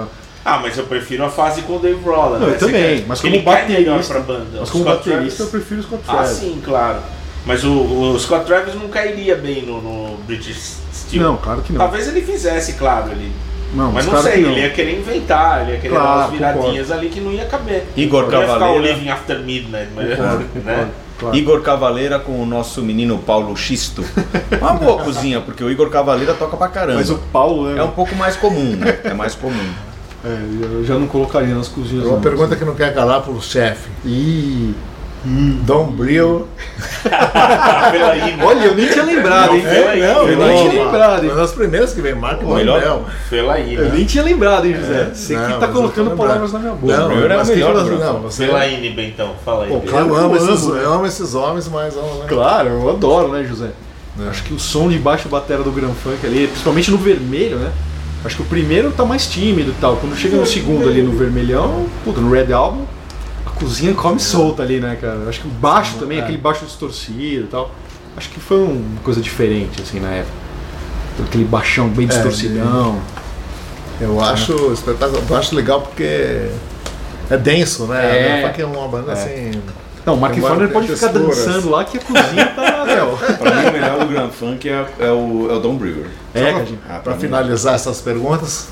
Ah, mas eu prefiro a fase com o Dave Roland. Não, né? eu também, Quer, mas ele como cai melhor baterista, pra banda. mas O como Scott baterista eu Travis- prefiro o Scott Ah, Travis. sim, claro. Mas o, o Scott Travis não cairia bem no, no British Steel. Não, claro que não. Talvez ele fizesse, claro, ele. Não, mas não claro sei, que não. ele ia querer inventar, ele ia querer Claro, dar umas viradinhas concordo. ali que não ia caber. Igor não ia ficar o Cavaleira. Living After Midnight, mas, Concordo, né? Claro. Igor Cavaleira com o nosso menino Paulo Xisto. Uma boa cozinha, porque o Igor Cavaleira toca pra caramba. Mas o Paulo, né? É um pouco mais comum, né? É mais comum. É, eu já não colocaria nas cozinhas. Uma não. pergunta que não quer calar pro chefe. Ih. Dom Bril. Pela aí, Olha, eu nem tinha lembrado, hein? Não, É, não, eu não, nem não, tinha Uma- lembrado, hein? Uma das primeiras que vem, Marco O melhor- Mel. Pela aí, Eu né? nem tinha lembrado, hein, José? Você Não, que tá mas eu colocando tô palavras lembrado. na minha boca. Não, Bril é mas o que melhor que do nós- Bril. não, você- Pela aí, Bentão, fala aí. Pô, Bento. claro. Eu Eu amo, amo, esses, né? eu amo esses homens, mas amo, né? Claro, eu adoro, né, José? É. Acho que o som de baixo batera do Grand Funk ali, principalmente no vermelho, né? Acho que o primeiro tá mais tímido e tal. Quando chega no segundo ali no vermelhão, puta, no Red Album, a cozinha come solta ali, né, cara? Acho que o baixo também, É. aquele baixo distorcido e tal. Acho que foi uma coisa diferente, assim, na época. Aquele baixão bem distorcidão. Eu acho espetáculo, eu acho legal porque é denso, né? É. Não é que é uma banda É. assim. Não, o Mark Tem Farner várias pode ficar texturas. dançando lá que a cozinha tá, Léo. Pra mim, o melhor do Grand Funk é, é o, é o Dom Brewer. É, Só Cadinho. Ah, pra pra mim. finalizar essas perguntas,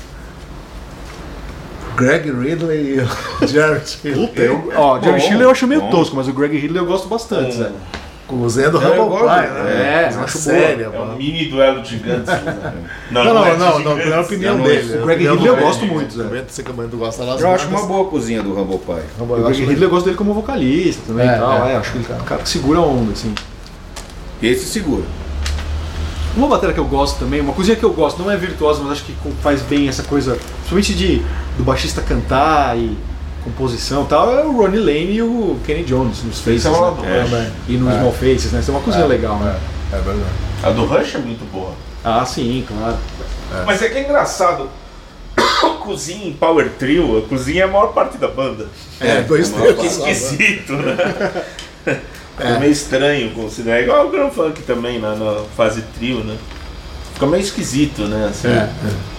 Greg Ridley e o Jared Puta, eu, ó, Jerry Bom, Schiller eu acho meio bom. tosco, mas o Greg Ridley eu gosto bastante, Zé. cozinha do É, eu Humble gosto, Pie, né? é, eu Cozinha acho séria, É um mano. mini duelo de gigantes. né? Não, não, é de não, não, gigantes. pela opinião Eu não- dele. o a Greg opinião Ridley eu dele. gosto muito, Zé. Também sei que a banda gosta das Eu acho bandas. uma boa cozinha do Humble Pie. Humble, O eu Greg acho Ridley eu gosto dele como vocalista também É, e tal. é. É, acho que ele é um cara que segura a onda, assim. Esse segura. Uma bateria que eu gosto também, uma coisinha que eu gosto, não é virtuosa, mas acho que faz bem essa coisa, principalmente de do baixista cantar e composição e tal, é o Ronnie Lane e o Kenny Jones nos Faces, Esse é uma né? do É. Rush. também. E nos É. Small Faces, né? Isso é uma coisinha legal, né? É, é verdade. A do Rush é muito boa. Ah, sim, claro. Mas é que é engraçado. Cozinha em Power Trio, a cozinha é a maior parte da banda. É, dois a maior Que terços. esquisito, né? É meio estranho considerar. Igual o Grand Funk também, na, na fase trio, né? Fica meio esquisito, né? Assim. É.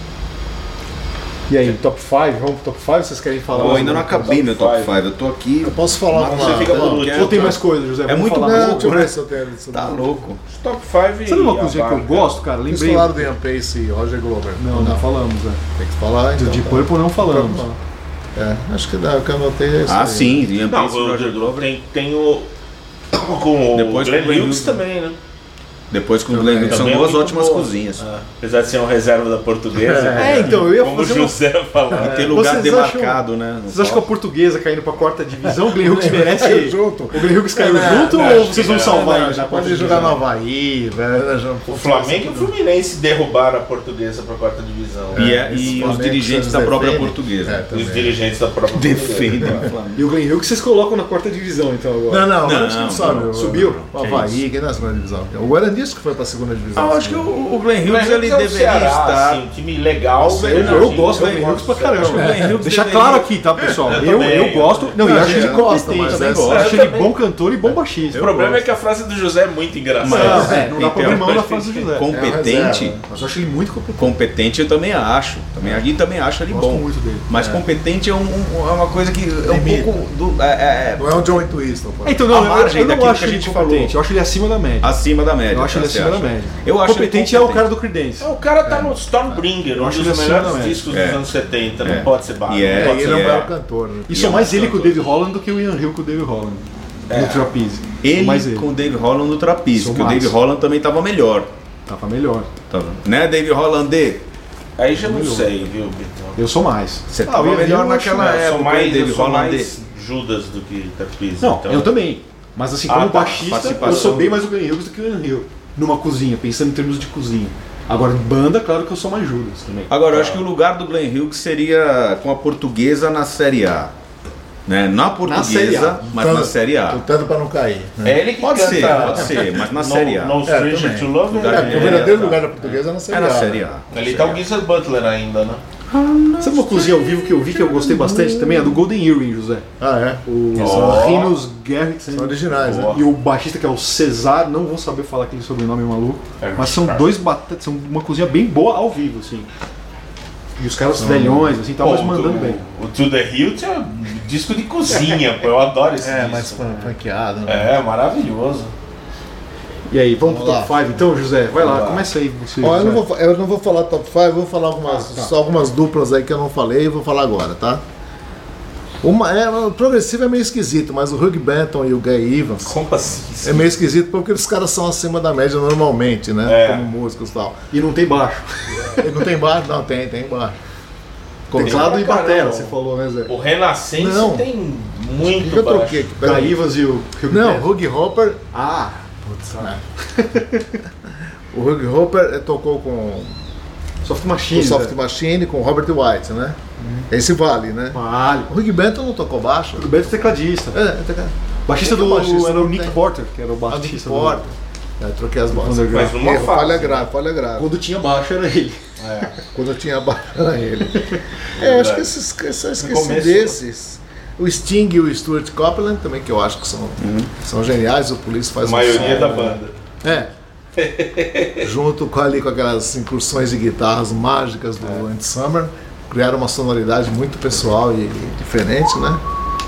E aí, top cinco? Vamos pro top cinco? Vocês querem falar? Eu ainda não alguma coisa? acabei meu top five. cinco. Eu tô aqui. Eu posso falar Mas uma... você fica não, por último. Ou tem mais coisas, José? É Vamos muito falar bom, mais Não, um deixa eu pouco, ver né? se eu tenho isso. Tá louco. Top cinco Sabe uma coisinha que eu gosto, cara? Vocês Lembrei. falaram do Ian Pace e Roger Glover? Não, não falamos, né? Tem que falar, então. Do Deep tá. Purple não falamos. Não. É, acho que dá, o que eu anotei é isso Ah, aí. sim. Ian Não, Pace e o, Roger Glover. tem, tem o. Com o Depois Glenn com o Glenn Hughes Hughes, também, né? Depois com o Glenn Hughes. São Também é duas muito ótimas boa. cozinhas. Ah, apesar de ser uma reserva da portuguesa. É, então, eu ia Como o fazer uma... José falava. Tem lugar Vocês demarcado, né? no Vocês acham que a palco. portuguesa caindo pra quarta divisão, o Glenn Hughes merece... Caiu junto. O Glenn Hughes caiu É, junto é, ou vocês vão que salvar Não, ele já na quarta pode jogar no divisão? Havaí, velho. já- O Flamengo e o Fluminense derrubaram a portuguesa pra quarta divisão. E, é- Esse e os Flamengo dirigentes que da vocês própria defendem. portuguesa. É, Os também. dirigentes da própria Defendem portuguesa. o Flamengo. E o Glenn Hughes vocês colocam na quarta divisão, então, agora. Não, não, Não, acho que não, sobe. não. o- Subiu? O Havaí, que não é a segunda divisão. O Guarani que foi pra segunda divisão. Ah, eu acho que o, o Glenn Glenn Hughes ele Hughes é o deveria Ceará, estar. assim, um time legal. Nossa, Eu, Não, eu gente, gosto do eu Glenn Hughes pra gosto. caramba. Acho que o Glenn Hughes Deixar deveria- claro aqui, tá, pessoal? Eu Eu, também, eu eu gosto. também. Não, e Não, acho a ele gente gosta, competente. mas também essa- gosto. eu Acho ele também. bom cantor e bom baixista. O problema é que a frase do José é muito engraçada. Não, é, não dá pra abrir mão da Então, frase do José. Competente. É, Mas eu acho ele muito competente. Competente eu também acho. Também, ali também acho ele Gosto bom. muito dele. Mas competente é, um- um- é uma coisa que é um Limita. pouco. Do, é, é- Não é o John Twiston, pô. É, então, não, A eu, margem eu não daquilo acho que a ele gente competente. falou. Eu acho ele acima da média. acima da média. Eu acho ele você acima da acha? média. Eu acho competente ele é o cara do Creedence. O cara tá no Stormbringer, Eu um acho dos ele acima melhores da média. discos É. dos anos setenta. É. Não pode ser baixo. E é- É, não pode ele ser é um é. belo cantor, né? E sou E mais é um ele com o cantor. Dave Holland do que o Ian Hill com o Dave Holland. É. No Trapeze. Ele Sou mais ele. com o Dave Holland no Trapeze, Sou porque o mais. Dave Holland também tava melhor. Tava melhor. Tava. Né, Dave Holland? Aí já não Melhor. sei, viu, Bitão? Eu sou mais. Você Ah, tava o Ian Hill melhor eu acho- naquela Eu sou época, mais, hein, Dave eu sou Holland? mais Judas do que Trapeze. Não, então. eu também. Mas assim, Ah, como tá. baixista, eu Participação. sou bem mais o Glenn Hughes do que o Ian Hill. Numa cozinha, pensando em termos de cozinha. Agora, em banda, claro que eu sou mais Judas também. Agora, eu acho que o lugar do Glenn Hughes seria com a portuguesa na Série A. Né? Na Série A. portuguesa, mas na Série A. Lutando pra não cair. Né? É ele que Pode canta ser, pode ser, mas na no, Série A. No É, Stranger também. to Love. Lugar É, É, porque o É, verdadeiro tá. lugar da portuguesa é na Série É A. na Série né? A. Ali tá o Geezer Butler ainda, né? Sabe uma cozinha ao vivo que eu vi que eu gostei bastante também? A do Golden Earring, José. Ah, é? O Oh. Rinos Gerritsen. São originais, né? Boa. E o baixista que é o Cesar, não vou saber falar aquele sobrenome maluco. É, Mas são tá. dois batatas, são uma cozinha bem boa ao vivo, assim. E os caras velhões, assim, tal, mas mandando o, bem. O To The Hilt é um disco de cozinha, pô, eu adoro esse É, disco. mais funkeado, né? É, maravilhoso. E aí, vamos, Vamos pro top cinco então, José? Vai lá, Vamos lá. começa aí você. Ó, eu, José. não vou, eu não vou falar top cinco, eu vou falar algumas, Ah, tá. só algumas duplas aí que eu não falei e vou falar agora, tá? Uma, é, o progressivo é meio esquisito, mas o Hugh Benton e o Guy Evans Como assim? é meio esquisito porque os caras são acima da média normalmente, né? É. Como músicos e tal. E não tem baixo. E não tem baixo? Não, tem, tem baixo. Teclado pra e batera, caramba. você falou, né, Zé? O Renascença Não. tem O muito que eu baixo. troquei aqui? Peraí. Guy Evans e o Hugh Não, Grant. Hugh Hopper. Ah, putz, O Hugh Hopper eh, tocou com Soft o Machine. Soft Zé. Machine, com Robert White, né? Esse vale, né? Vale. O Hugh Benton não tocou baixo? O Beto é tecladista. É, tá- Baixista Quem que do. é o baixista? Era o Não Nick tem. Porter, que era o Ah, Nick baixista Porter. É, troquei as vozes. Underground. Mas numa Erro, fase. falha grave, falha grave. Quando tinha baixo era ele. É. Quando eu tinha baixo era ele. É, acho que esses, eu esqueci começo, desses. O Sting e o Stuart Copeland também, que eu acho que são, são geniais. O Police faz A maioria um da som, banda. É. junto com ali com aquelas incursões de guitarras mágicas do É. Andy Summer, criaram uma sonoridade muito pessoal e, e diferente, né?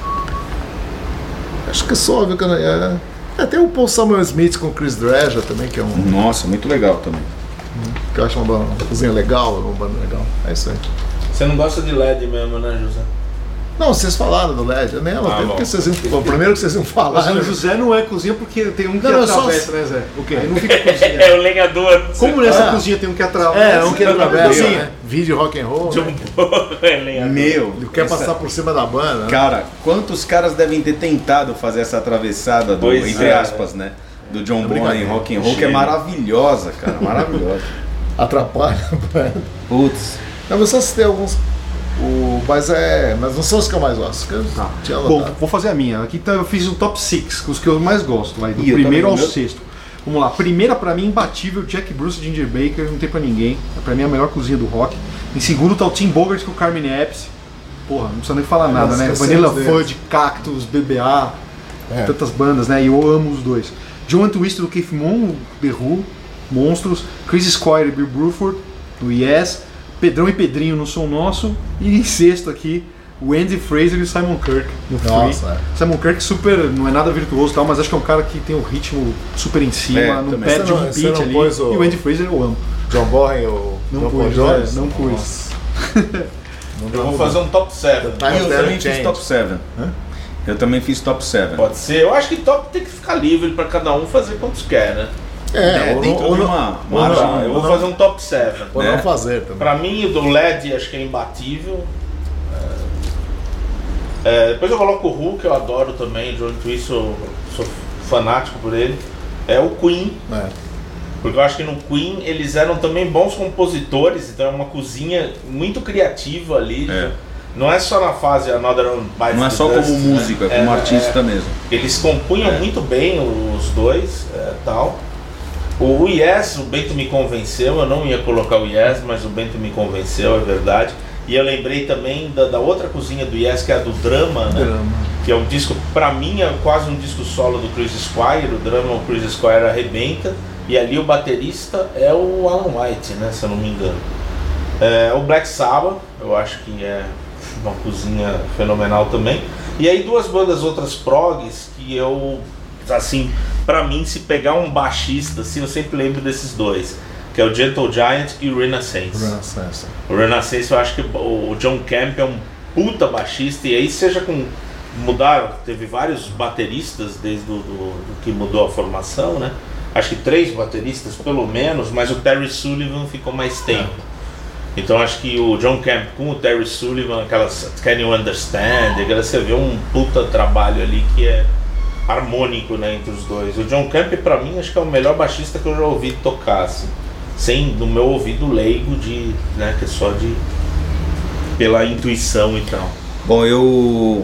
Acho que é só, viu? Que eu não- é, é, tem o Paul Samuel Smith com o Chris Dreja também, que é um Nossa, muito legal também. que eu acho uma, banda- uma cozinha legal, uma banda legal. É isso aí. Você não gosta de L E D mesmo, né, José? Não, vocês falaram do L E D, eu nem ela Ah, tem, bom. porque vocês iam, o primeiro que vocês iam falar. Mas o José não é cozinha porque tem um que Não, não, só- atravessa, né, Zé? O quê? Aí não fica cozinha. É o lenhador. Como nessa Ah. cozinha tem um que atravessa? É, um que atravessa, Cozinha. né? Vídeo rock and roll, né? é lenhador. Meu, Ele quer essa- passar por cima da banda, né? Cara, quantos caras devem ter tentado fazer essa atravessada do, Pois entre é. aspas, né? Do John Bonham em brincadeira. rock and roll, que é Gênio. maravilhosa, cara, maravilhosa. Atrapalha a banda. Putz. Não, mas só citei alguns. O, mas é. Mas não são os que eu mais gosto. Que eu Tá. tinha Bom, anotado. vou fazer a minha. Aqui tá, eu fiz um top seis, os que eu mais gosto, vai, do Ih, eu primeiro também, ao meu- sexto. Vamos lá, primeira pra mim, imbatível, Jack Bruce e Ginger Baker, não tem pra ninguém. Pra mim é a melhor cozinha do rock. Em segundo tá o Tim Bogart com o Carmine Appice. Porra, não precisa nem falar nada, Nossa, né? esquecemos Vanilla deles. Fudge, Cactus, B B A, É. tantas bandas, né? E eu amo os dois. John Entwistle do Keith Moon, The Who, Monstros. Chris Squire e Bill Bruford, do Yes. Pedrão e Pedrinho no Som Nosso. E em sexto aqui, o Andy Fraser e o Simon Kirk no Free. Nossa, é. Simon Kirk super, não é nada virtuoso e tal, mas acho que é um cara que tem o ritmo super em cima, É, não também. perde Você não- um você beat não ali. pôs o- E o Andy Fraser eu amo. John Bonham e o Não John pus, Paul Jones. é, não pus. Nossa. Não Eu deu vou um- fazer um top sete. Time Eu Never também fiz Change. top sete. Eu também fiz top sete. Pode ser. Eu acho que top tem que ficar livre pra cada um fazer quantos quer, né? É, É, ou, dentro não- ou, de não- uma ou margem. não- Ah, eu ou vou não- fazer um top sete. ou né? não fazer também. Pra mim, o do L E D acho que é imbatível. É, é, depois eu coloco o Who, que eu adoro também. John Entwistle, eu sou fanático por ele. É o Queen, É. porque eu acho que no Queen eles eram também bons compositores, então é uma cozinha muito criativa ali. É. Não é só na fase Another One Bites Não é the só Dust, como né? músico, é como artista mesmo. Eles compunham É. muito bem os dois, é, tal. O Yes, o Bento me convenceu, eu não ia colocar o Yes, mas o Bento me convenceu, é verdade. E eu lembrei também da, da outra cozinha do Yes, que é a do Drama, né? Drama. Que é um disco, pra mim, é quase um disco solo do Chris Squire. O Drama, o Chris Squire arrebenta. E ali o baterista é o Alan White, né? Se eu não me engano. É, o Black Sabbath, eu acho que é uma cozinha fenomenal também. E aí duas bandas outras progs que eu, assim, pra mim, se pegar um baixista, assim, eu sempre lembro desses dois. Que é o Gentle Giant e o Renaissance. Renaissance. O Renaissance, eu acho que o John Camp é um puta baixista, e aí seja com... Mudaram, teve vários bateristas desde do, do, do que mudou a formação, né? Acho que três bateristas pelo menos, mas o Terry Sullivan ficou mais tempo. Então acho que o John Camp com o Terry Sullivan, aquelas Can You Understand, aquela, você vê um puta trabalho ali que é harmônico, né, entre os dois. O John Camp, pra mim, acho que é o melhor baixista que eu já ouvi tocar, assim, sem no meu ouvido leigo de, né, que é só de pela intuição e tal. Bom, eu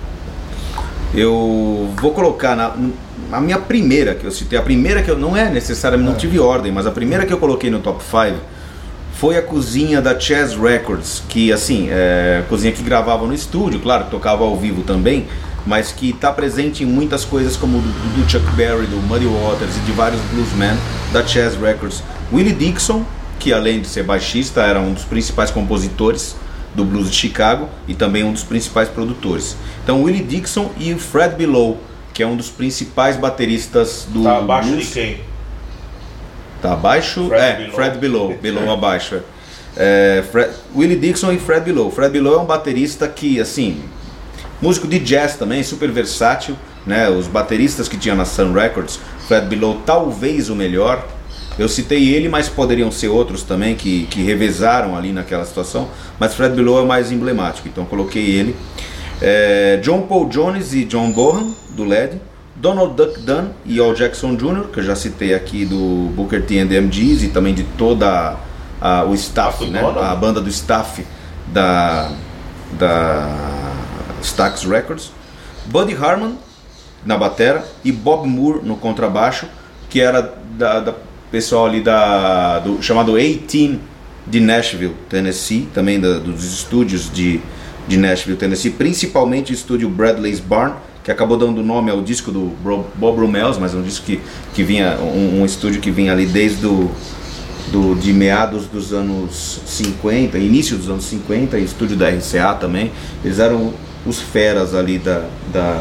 eu vou colocar na a minha primeira que eu citei, a primeira que eu não é necessariamente, não tive ordem, mas a primeira que eu coloquei no top cinco foi a cozinha da Chess Records, que assim, é a cozinha que gravava no estúdio, claro, tocava ao vivo também, mas que está presente em muitas coisas como do, do Chuck Berry, do Muddy Waters e de vários bluesmen da Chess Records. Willie Dixon, que além de ser baixista, era um dos principais compositores do blues de Chicago e também um dos principais produtores. Então Willie Dixon e o Fred Below, que é um dos principais bateristas do Tá abaixo blues. de quem? Tá abaixo? Fred é, Below. Fred Below, Below abaixo. É. É, Fred, Willie Dixon e Fred Below. Fred Below é um baterista que, assim, músico de jazz também, super versátil, né? Os bateristas que tinha na Sun Records, Fred Below talvez o melhor. Eu citei ele, mas poderiam ser outros também que, que revezaram ali naquela situação, mas Fred Below é o mais emblemático, então coloquei ele. É, John Paul Jones e John Bonham, do Led, Donald Duck Dunn e Al Jackson Júnior, que eu já citei aqui do Booker T and the M Gs e também de toda a, o staff, né? A banda do staff da, da Stax Records, Buddy Harman na batera e Bob Moore no contrabaixo, que era da, da pessoal ali da, do chamado A-Team de Nashville, Tennessee, também da, dos estúdios de, de Nashville, Tennessee, principalmente o estúdio Bradley's Barn, que acabou dando nome ao disco do Bob Rumells, mas é um disco que, que vinha, um, um estúdio que vinha ali desde do, do, de meados dos anos cinquenta, início dos anos cinquenta, e estúdio da R C A também. Eles eram os feras ali da... da,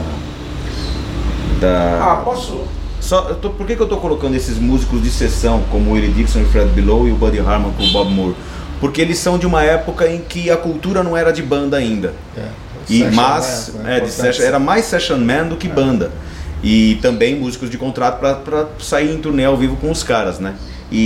da Ah, posso... Só, eu tô, por que, que eu tô colocando esses músicos de sessão, como o Willie Dixon e Fred Below e o Buddy Harman com o Bob Moore? Porque eles são de uma época em que a cultura não era de banda ainda. É, e, mas man, né? é, de session, era mais session man do que é. banda. E também músicos de contrato para sair em turnê ao vivo com os caras, né?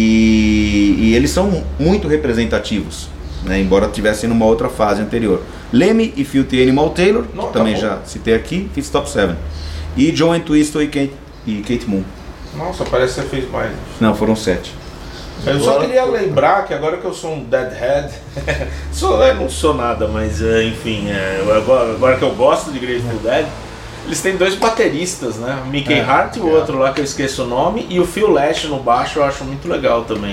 E, e eles são muito representativos, né? Embora tivessem numa outra fase anterior. Lemmy e Filthy Animal Taylor, não, que tá também bom. já citei aqui, fiz top sete. E John Entwistle e Kate e Kate Moon. Nossa, parece que você fez mais. Não, foram sete. Eu só queria lembrar que agora que eu sou um deadhead, sou, eu não sou nada, mas enfim, é, agora, agora que eu gosto de Grateful Dead, eles têm dois bateristas, né? O Mickey é, Hart e o é. outro lá que eu esqueço o nome, e o Phil Lesh no baixo eu acho muito legal também.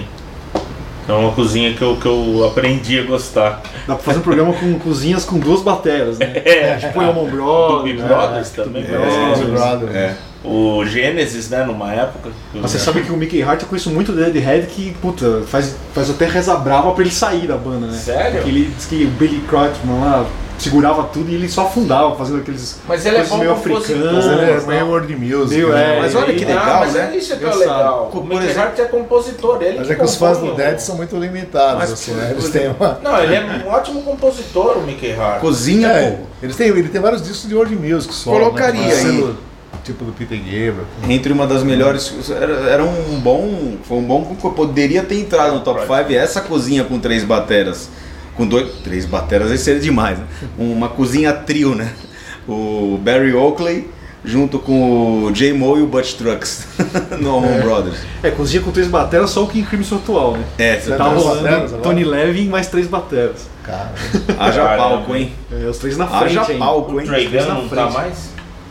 É uma cozinha que eu, que eu aprendi a gostar. Dá pra fazer um programa com cozinhas com duas bateras, né? É, tipo o Elmon Brothers, Brothers também. É, Brothers, Brothers. É. O Genesis, né, numa época. Mas você sabe que o Mickey Hart eu conheço muito do Deadhead que, puta, faz, faz até reza brava pra ele sair da banda, né? Sério? Porque ele diz que o Billy Kreutzmann lá segurava tudo e ele só afundava fazendo aqueles mas ele coisas é meio africanas. Ele é meio world music. Meio, né? é, mas olha que legal, ah, mas né? Isso é que é legal. O Mickey Hart é compositor, ele Mas que é que os fãs do o... Dead são muito limitados, mas, assim, né? Eles têm uma... Não, ele é um ótimo compositor, o Mickey Hart. Cozinha, é, pô. Eles têm, ele tem vários discos de world music só. Colocaria né? aí. Tipo do Peter Gabriel. Entre uma das melhores. Era, era um bom. Foi um bom. Poderia ter entrado no top cinco. Essa cozinha com três bateras. Com dois. Três bateras, aí seria demais, né? Uma cozinha trio, né? O Barry Oakley junto com o J. Moe e o Butch Trucks no Allman é. Brothers. É, cozinha com três bateras, só o King Crimson atual, né? É, você tá rolando Tony Levin mais três bateras. Cara, haja palco, hein? É, os três na frente, haja palco, hein? O Trey Gunn não tá mais?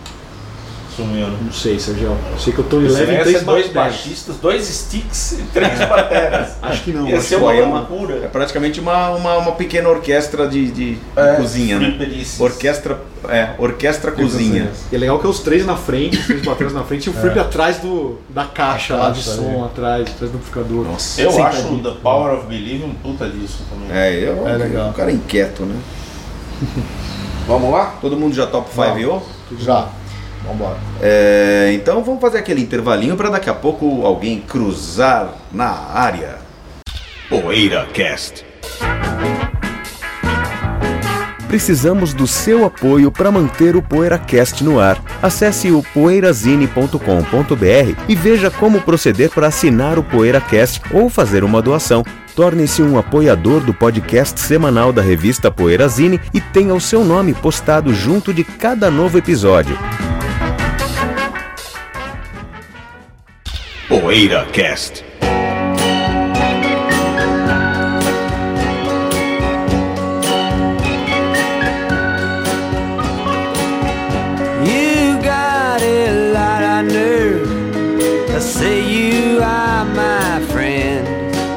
Sumiu, né? Não sei, Sérgio. Sei que o Tony Você Levin três dois baixistas, dois sticks e três bateras. Acho que não. Ia acho ser que uma é uma- loucura. É praticamente uma, uma, uma pequena orquestra de, de, de É, cozinha, né? fliperices. Orquestra. É, orquestra cozinha. E é legal que é os três na frente, os três bateras na frente e o Flip atrás do, da caixa A lá de caixa, som, é. atrás, atrás do amplificador. Nossa. Eu Sim, acho tá o The Power of Believe um puta disso também. É, eu, É legal. um cara inquieto, né? Vamos lá? Todo mundo já top cinco? já. Vambora. É, então vamos fazer aquele intervalinho para daqui a pouco alguém cruzar na área. PoeiraCast. Precisamos do seu apoio para manter o PoeiraCast no ar. Acesse o poeirazine ponto com ponto br e veja como proceder para assinar o PoeiraCast ou fazer uma doação. Torne-se um apoiador do podcast semanal da revista Poeirazine e tenha o seu nome postado junto de cada novo episódio. PoeiraCast. You got a lot of nerve to say you are my friend.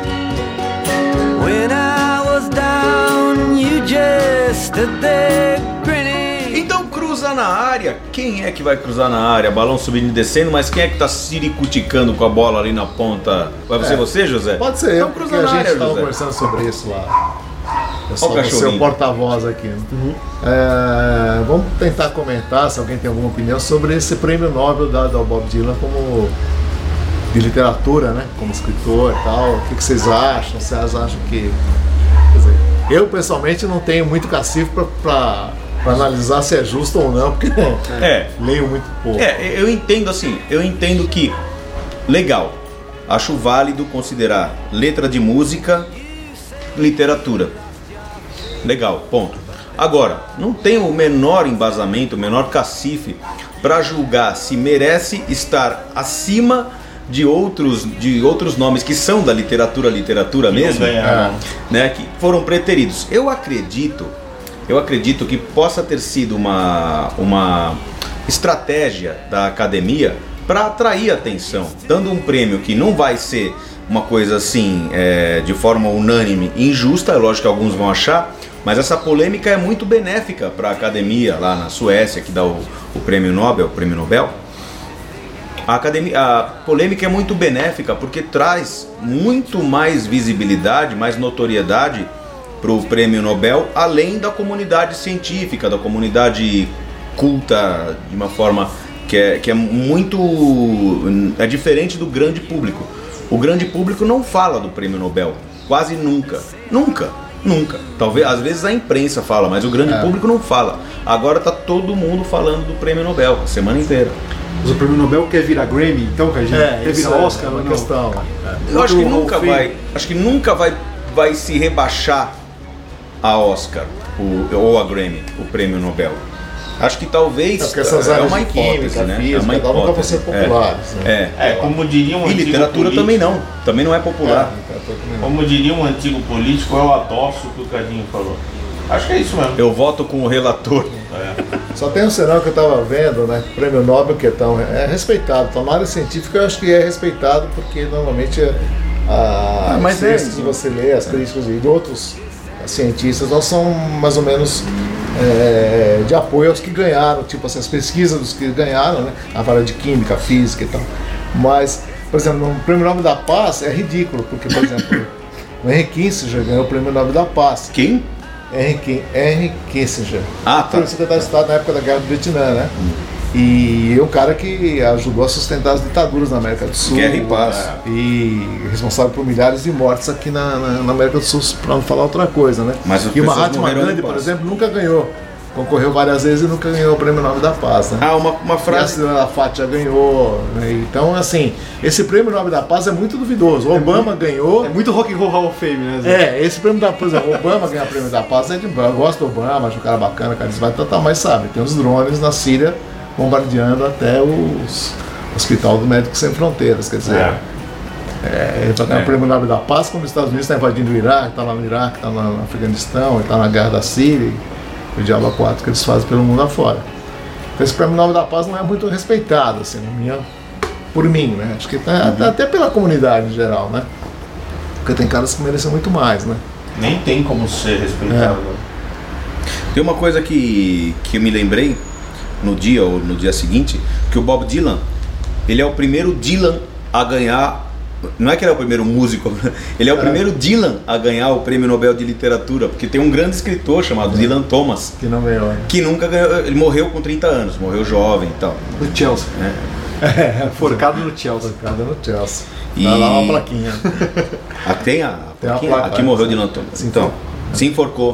When I was down, you just stood there grinning. Então cruza na área, quem é que vai cruzar na área? Balão subindo e descendo, mas quem é que tá siricuticando com a bola ali na ponta? Vai ser É. você, José? Pode ser eu, Então porque cruza a na gente área, estava José. conversando sobre isso lá. Eu sou o cachorrinho. seu porta-voz aqui. É, vamos tentar comentar, se alguém tem alguma opinião, sobre esse prêmio Nobel dado ao Bob Dylan como de literatura, né? Como escritor e tal. O que, que vocês acham? Vocês acham que... Quer dizer, eu pessoalmente não tenho muito cacife para analisar se é justo ou não, porque É. leio muito pouco. É, eu entendo assim, eu entendo que, legal, acho válido considerar letra de música literatura. Legal, ponto. Agora, não tenho o menor embasamento, o menor cacife para julgar se merece estar acima de outros, de outros nomes que são da literatura, literatura mesmo, ganharam. né, que foram preteridos. Eu acredito, eu acredito que possa ter sido uma, uma estratégia da academia para atrair atenção, dando um prêmio que não vai ser uma coisa assim, é, de forma unânime, injusta, é lógico que alguns vão achar, mas essa polêmica é muito benéfica para a academia lá na Suécia, que dá o, o prêmio Nobel, o prêmio Nobel. A, academia, a polêmica é muito benéfica porque traz muito mais visibilidade, mais notoriedade para o prêmio Nobel, além da comunidade científica, da comunidade culta, de uma forma que é, que é muito... é diferente do grande público. O grande público não fala do prêmio Nobel, quase nunca, nunca, nunca. Talvez, às vezes a imprensa fala, mas o grande É. público não fala. Agora tá todo mundo falando do prêmio Nobel, a semana inteira. Mas o prêmio Nobel quer virar Grammy, então, que a gente quer isso virar é Oscar uma ou não? questão. É. Eu acho que Outro nunca Hall of vai, Fame. acho que nunca vai, vai se rebaixar a Oscar o, ou a Grammy, o prêmio Nobel. Acho que talvez É porque essas é áreas uma de hipótese, química, né? física, é uma tal, nunca vão hipótese. ser populares, É, né? é. É, como diria um E antigo literatura político, também não, também não é popular. Como diria um antigo político, eu adoço o que o Cadinho falou. Acho que é isso mesmo. Eu voto com o relator. Só tem um sinal que eu estava vendo, né? O prêmio Nobel que é tão é respeitado. Então, na área científica eu acho que é respeitado porque normalmente a, Ah, mas as é críticas isso. que você lê, as críticas de outros cientistas, não são mais ou menos é, de apoio aos que ganharam, tipo assim, as pesquisas dos que ganharam, né? A área de química, física e tal. Mas, por exemplo, no prêmio Nobel da Paz é ridículo, porque, por exemplo, o Henry Kissinger ganhou o prêmio Nobel da Paz. Quem? Henry, Ki- Henry Kissinger. Ah, tá. Foi o secretário de Estado na época da Guerra do Vietnã, né? E é um cara que ajudou a sustentar as ditaduras na América do Sul. Guerra e paz. E responsável por milhares de mortes aqui na, na, na América do Sul, para não falar outra coisa, né? Mas as e o pessoas Mahatma morreram Gandhi, em por paz. exemplo, nunca ganhou. Concorreu várias vezes e nunca ganhou o Prêmio Nobel da Paz, né? Ah, uma, uma E a frase. Cidadã Arafat já ganhou, né? Então, assim, esse Prêmio Nobel da Paz é muito duvidoso. O Obama ganhou. É muito Rock and Roll Hall of Fame, né, Zé? É, esse prêmio da paz, o Obama ganhar o prêmio da paz, é de boa. Eu gosto do Obama, acho um cara bacana, carismático, tal, mas sabe, tem os drones na Síria bombardeando até os Hospital do Médico Sem Fronteiras, quer dizer, É. é, ele vai ganhar É. o prêmio Nobel da Paz, como os Estados Unidos está invadindo o Iraque, está lá no Iraque, está no Afeganistão, está na guerra da Síria, o diabo a quatro que eles fazem pelo mundo afora. Então esse prêmio Nobel da Paz não é muito respeitado, assim, na minha, por mim, né? Acho que tá, até pela comunidade em geral, né? Porque tem caras que merecem muito mais, né? Nem tem como ser respeitado. né? Tem uma coisa que, que eu me lembrei no dia ou no dia seguinte, que o Bob Dylan, ele é o primeiro Dylan a ganhar, não é que ele é o primeiro músico, ele é o primeiro Dylan a ganhar o Prêmio Nobel de Literatura, porque tem um grande escritor chamado Dylan Thomas, Que não ganhou, né? que nunca ganhou, ele morreu com trinta anos, morreu jovem e tal. No Chelsea. É, Forcado no Chelsea. Cada no Chelsea. E- Tá lá uma plaquinha. Ah, tem a, Tem uma aqui, placa, aqui é. morreu Dylan Thomas. Se Então, se enforcou.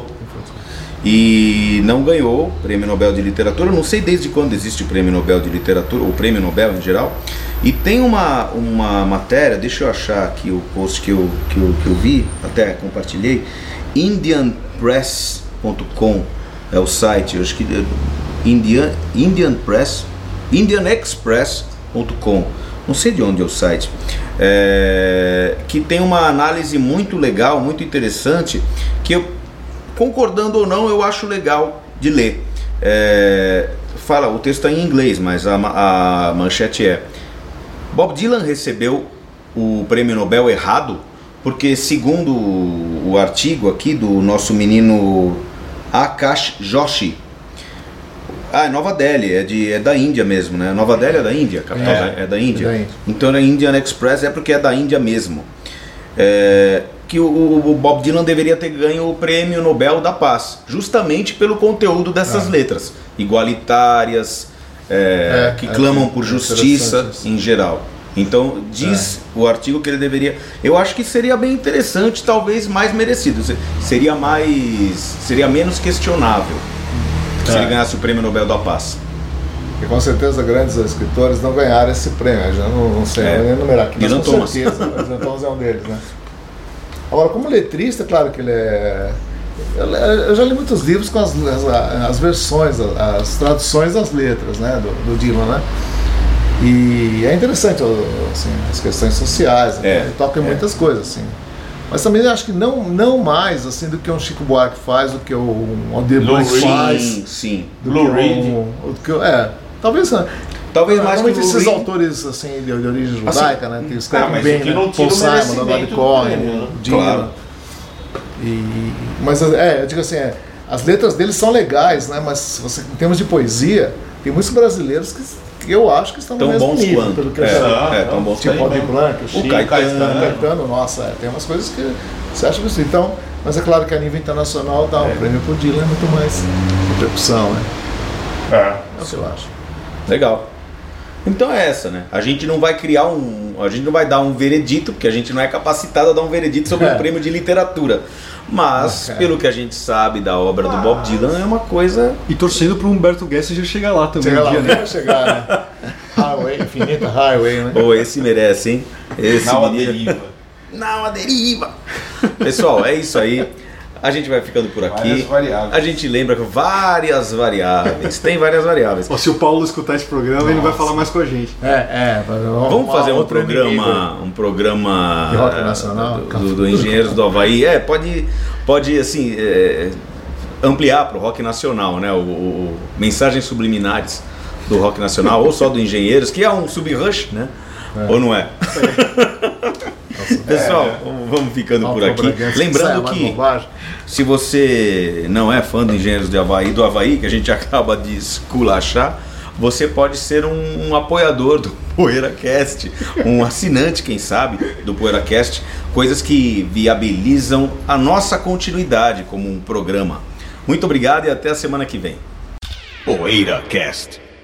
E não ganhou o Prêmio Nobel de Literatura. Não sei desde quando existe o Prêmio Nobel de Literatura, ou o Prêmio Nobel em geral. E tem uma, uma matéria, deixa eu achar aqui o post que eu, que eu, que eu vi, até compartilhei. indian press ponto com é o site, eu acho que é Indian, Indian Press, indian express ponto com, não sei de onde é o site, é, que tem uma análise muito legal, muito interessante, que eu, concordando ou não, eu acho legal de ler. É, fala, o texto está em inglês, mas a, a manchete é: Bob Dylan recebeu o prêmio Nobel errado, porque segundo o artigo aqui do nosso menino Akash Joshi, Ah, é Nova Delhi, é, de, é da Índia mesmo, né? Nova Delhi é da Índia, capital é, é da Índia. É da Índia. Então a Indian Express é porque é da Índia mesmo. É, que o, o Bob Dylan deveria ter ganho o Prêmio Nobel da Paz, justamente pelo conteúdo dessas Ah. letras igualitárias, é, É, que é, clamam é por justiça interessante isso. em geral. Então diz o artigo que ele deveria. Eu acho que seria bem interessante, talvez mais merecido. Se- Seria mais, seria menos questionável se É. ele ganhasse o Prêmio Nobel da Paz. E com certeza grandes escritores não ganharam esse prêmio. Eu já não, não sei, É. não vou enumerar aqui, mas Dylan com Thomas. certeza. O Dylan Thomas é um deles, né? Agora, como letrista, claro que ele é... Eu, eu já li muitos livros com as, as, as versões, as, as traduções das letras, né, do, do Dylan, né? E é interessante, assim, as questões sociais, né? É, Ele toca em é. muitas coisas, assim. Mas também eu acho que não, não mais assim do que um Chico Buarque faz, do que um Aldebrecht Lou Reed. faz, Sim, sim. do Lou que Reed. um, do que, é, talvez né? Talvez mais que o Normalmente Lou esses Reed. autores assim de, de origem judaica, né, que escrevem Ah, mas bem, o que né? não tira Paul o Simon, merecimento Leonard do Cohen, prêmio, né? Dylan. Claro. E, mas é, eu digo assim, é, as letras deles são legais, né? Mas você, em termos de poesia, tem muitos brasileiros que, que eu acho que estão no Tão mesmo bons nível, quanto. pelo que eu É, já li. é, tão bons Tipo quanto. Aldir Blanc, o Chico, Caetano. Caetano, nossa, é, tem umas coisas que você acha isso. Então, mas é claro que a nível internacional dá, o prêmio pro Dylan é muito mais repercussão, né? É. É o que eu acho. Legal. Então é essa, né? A gente não vai criar um. A gente não vai dar um veredito, porque a gente não é capacitado a dar um veredito sobre É. um prêmio de literatura. Mas, É. pelo que a gente sabe da obra do Bob Dylan, é uma coisa. E torcendo pro Humberto Gessinger chegar lá também Chega um lá, dia, né? vai chegar, né? Highway, Infinita Highway, né? Ou esse merece, hein? Esse Na menino- deriva. Não, a deriva! Pessoal, é isso aí. A gente vai ficando por aqui. Várias variáveis. A gente lembra que várias variáveis. Tem várias variáveis. Ó, se o Paulo escutar esse programa, ele não vai falar mais com a gente. É, é. Vamos, Vamos fazer um outro inimigo. programa, um programa De rock eh, nacional? do, do Engenheiros do Havaí. É, pode, pode assim, é, ampliar para o rock nacional, né? O, o- mensagens subliminares do rock nacional, ou só do Engenheiros, que é um sub-rush, né? Ou não é? Pessoal, vamos- vamos ficando por aqui. Lembrando que se você não é fã do Engenheiros do Havaí, do Havaí, que a gente acaba de esculachar, você pode ser um, um apoiador do PoeiraCast, um assinante, quem sabe, do PoeiraCast, coisas que viabilizam a nossa continuidade como um programa. Muito obrigado e até a semana que vem. PoeiraCast.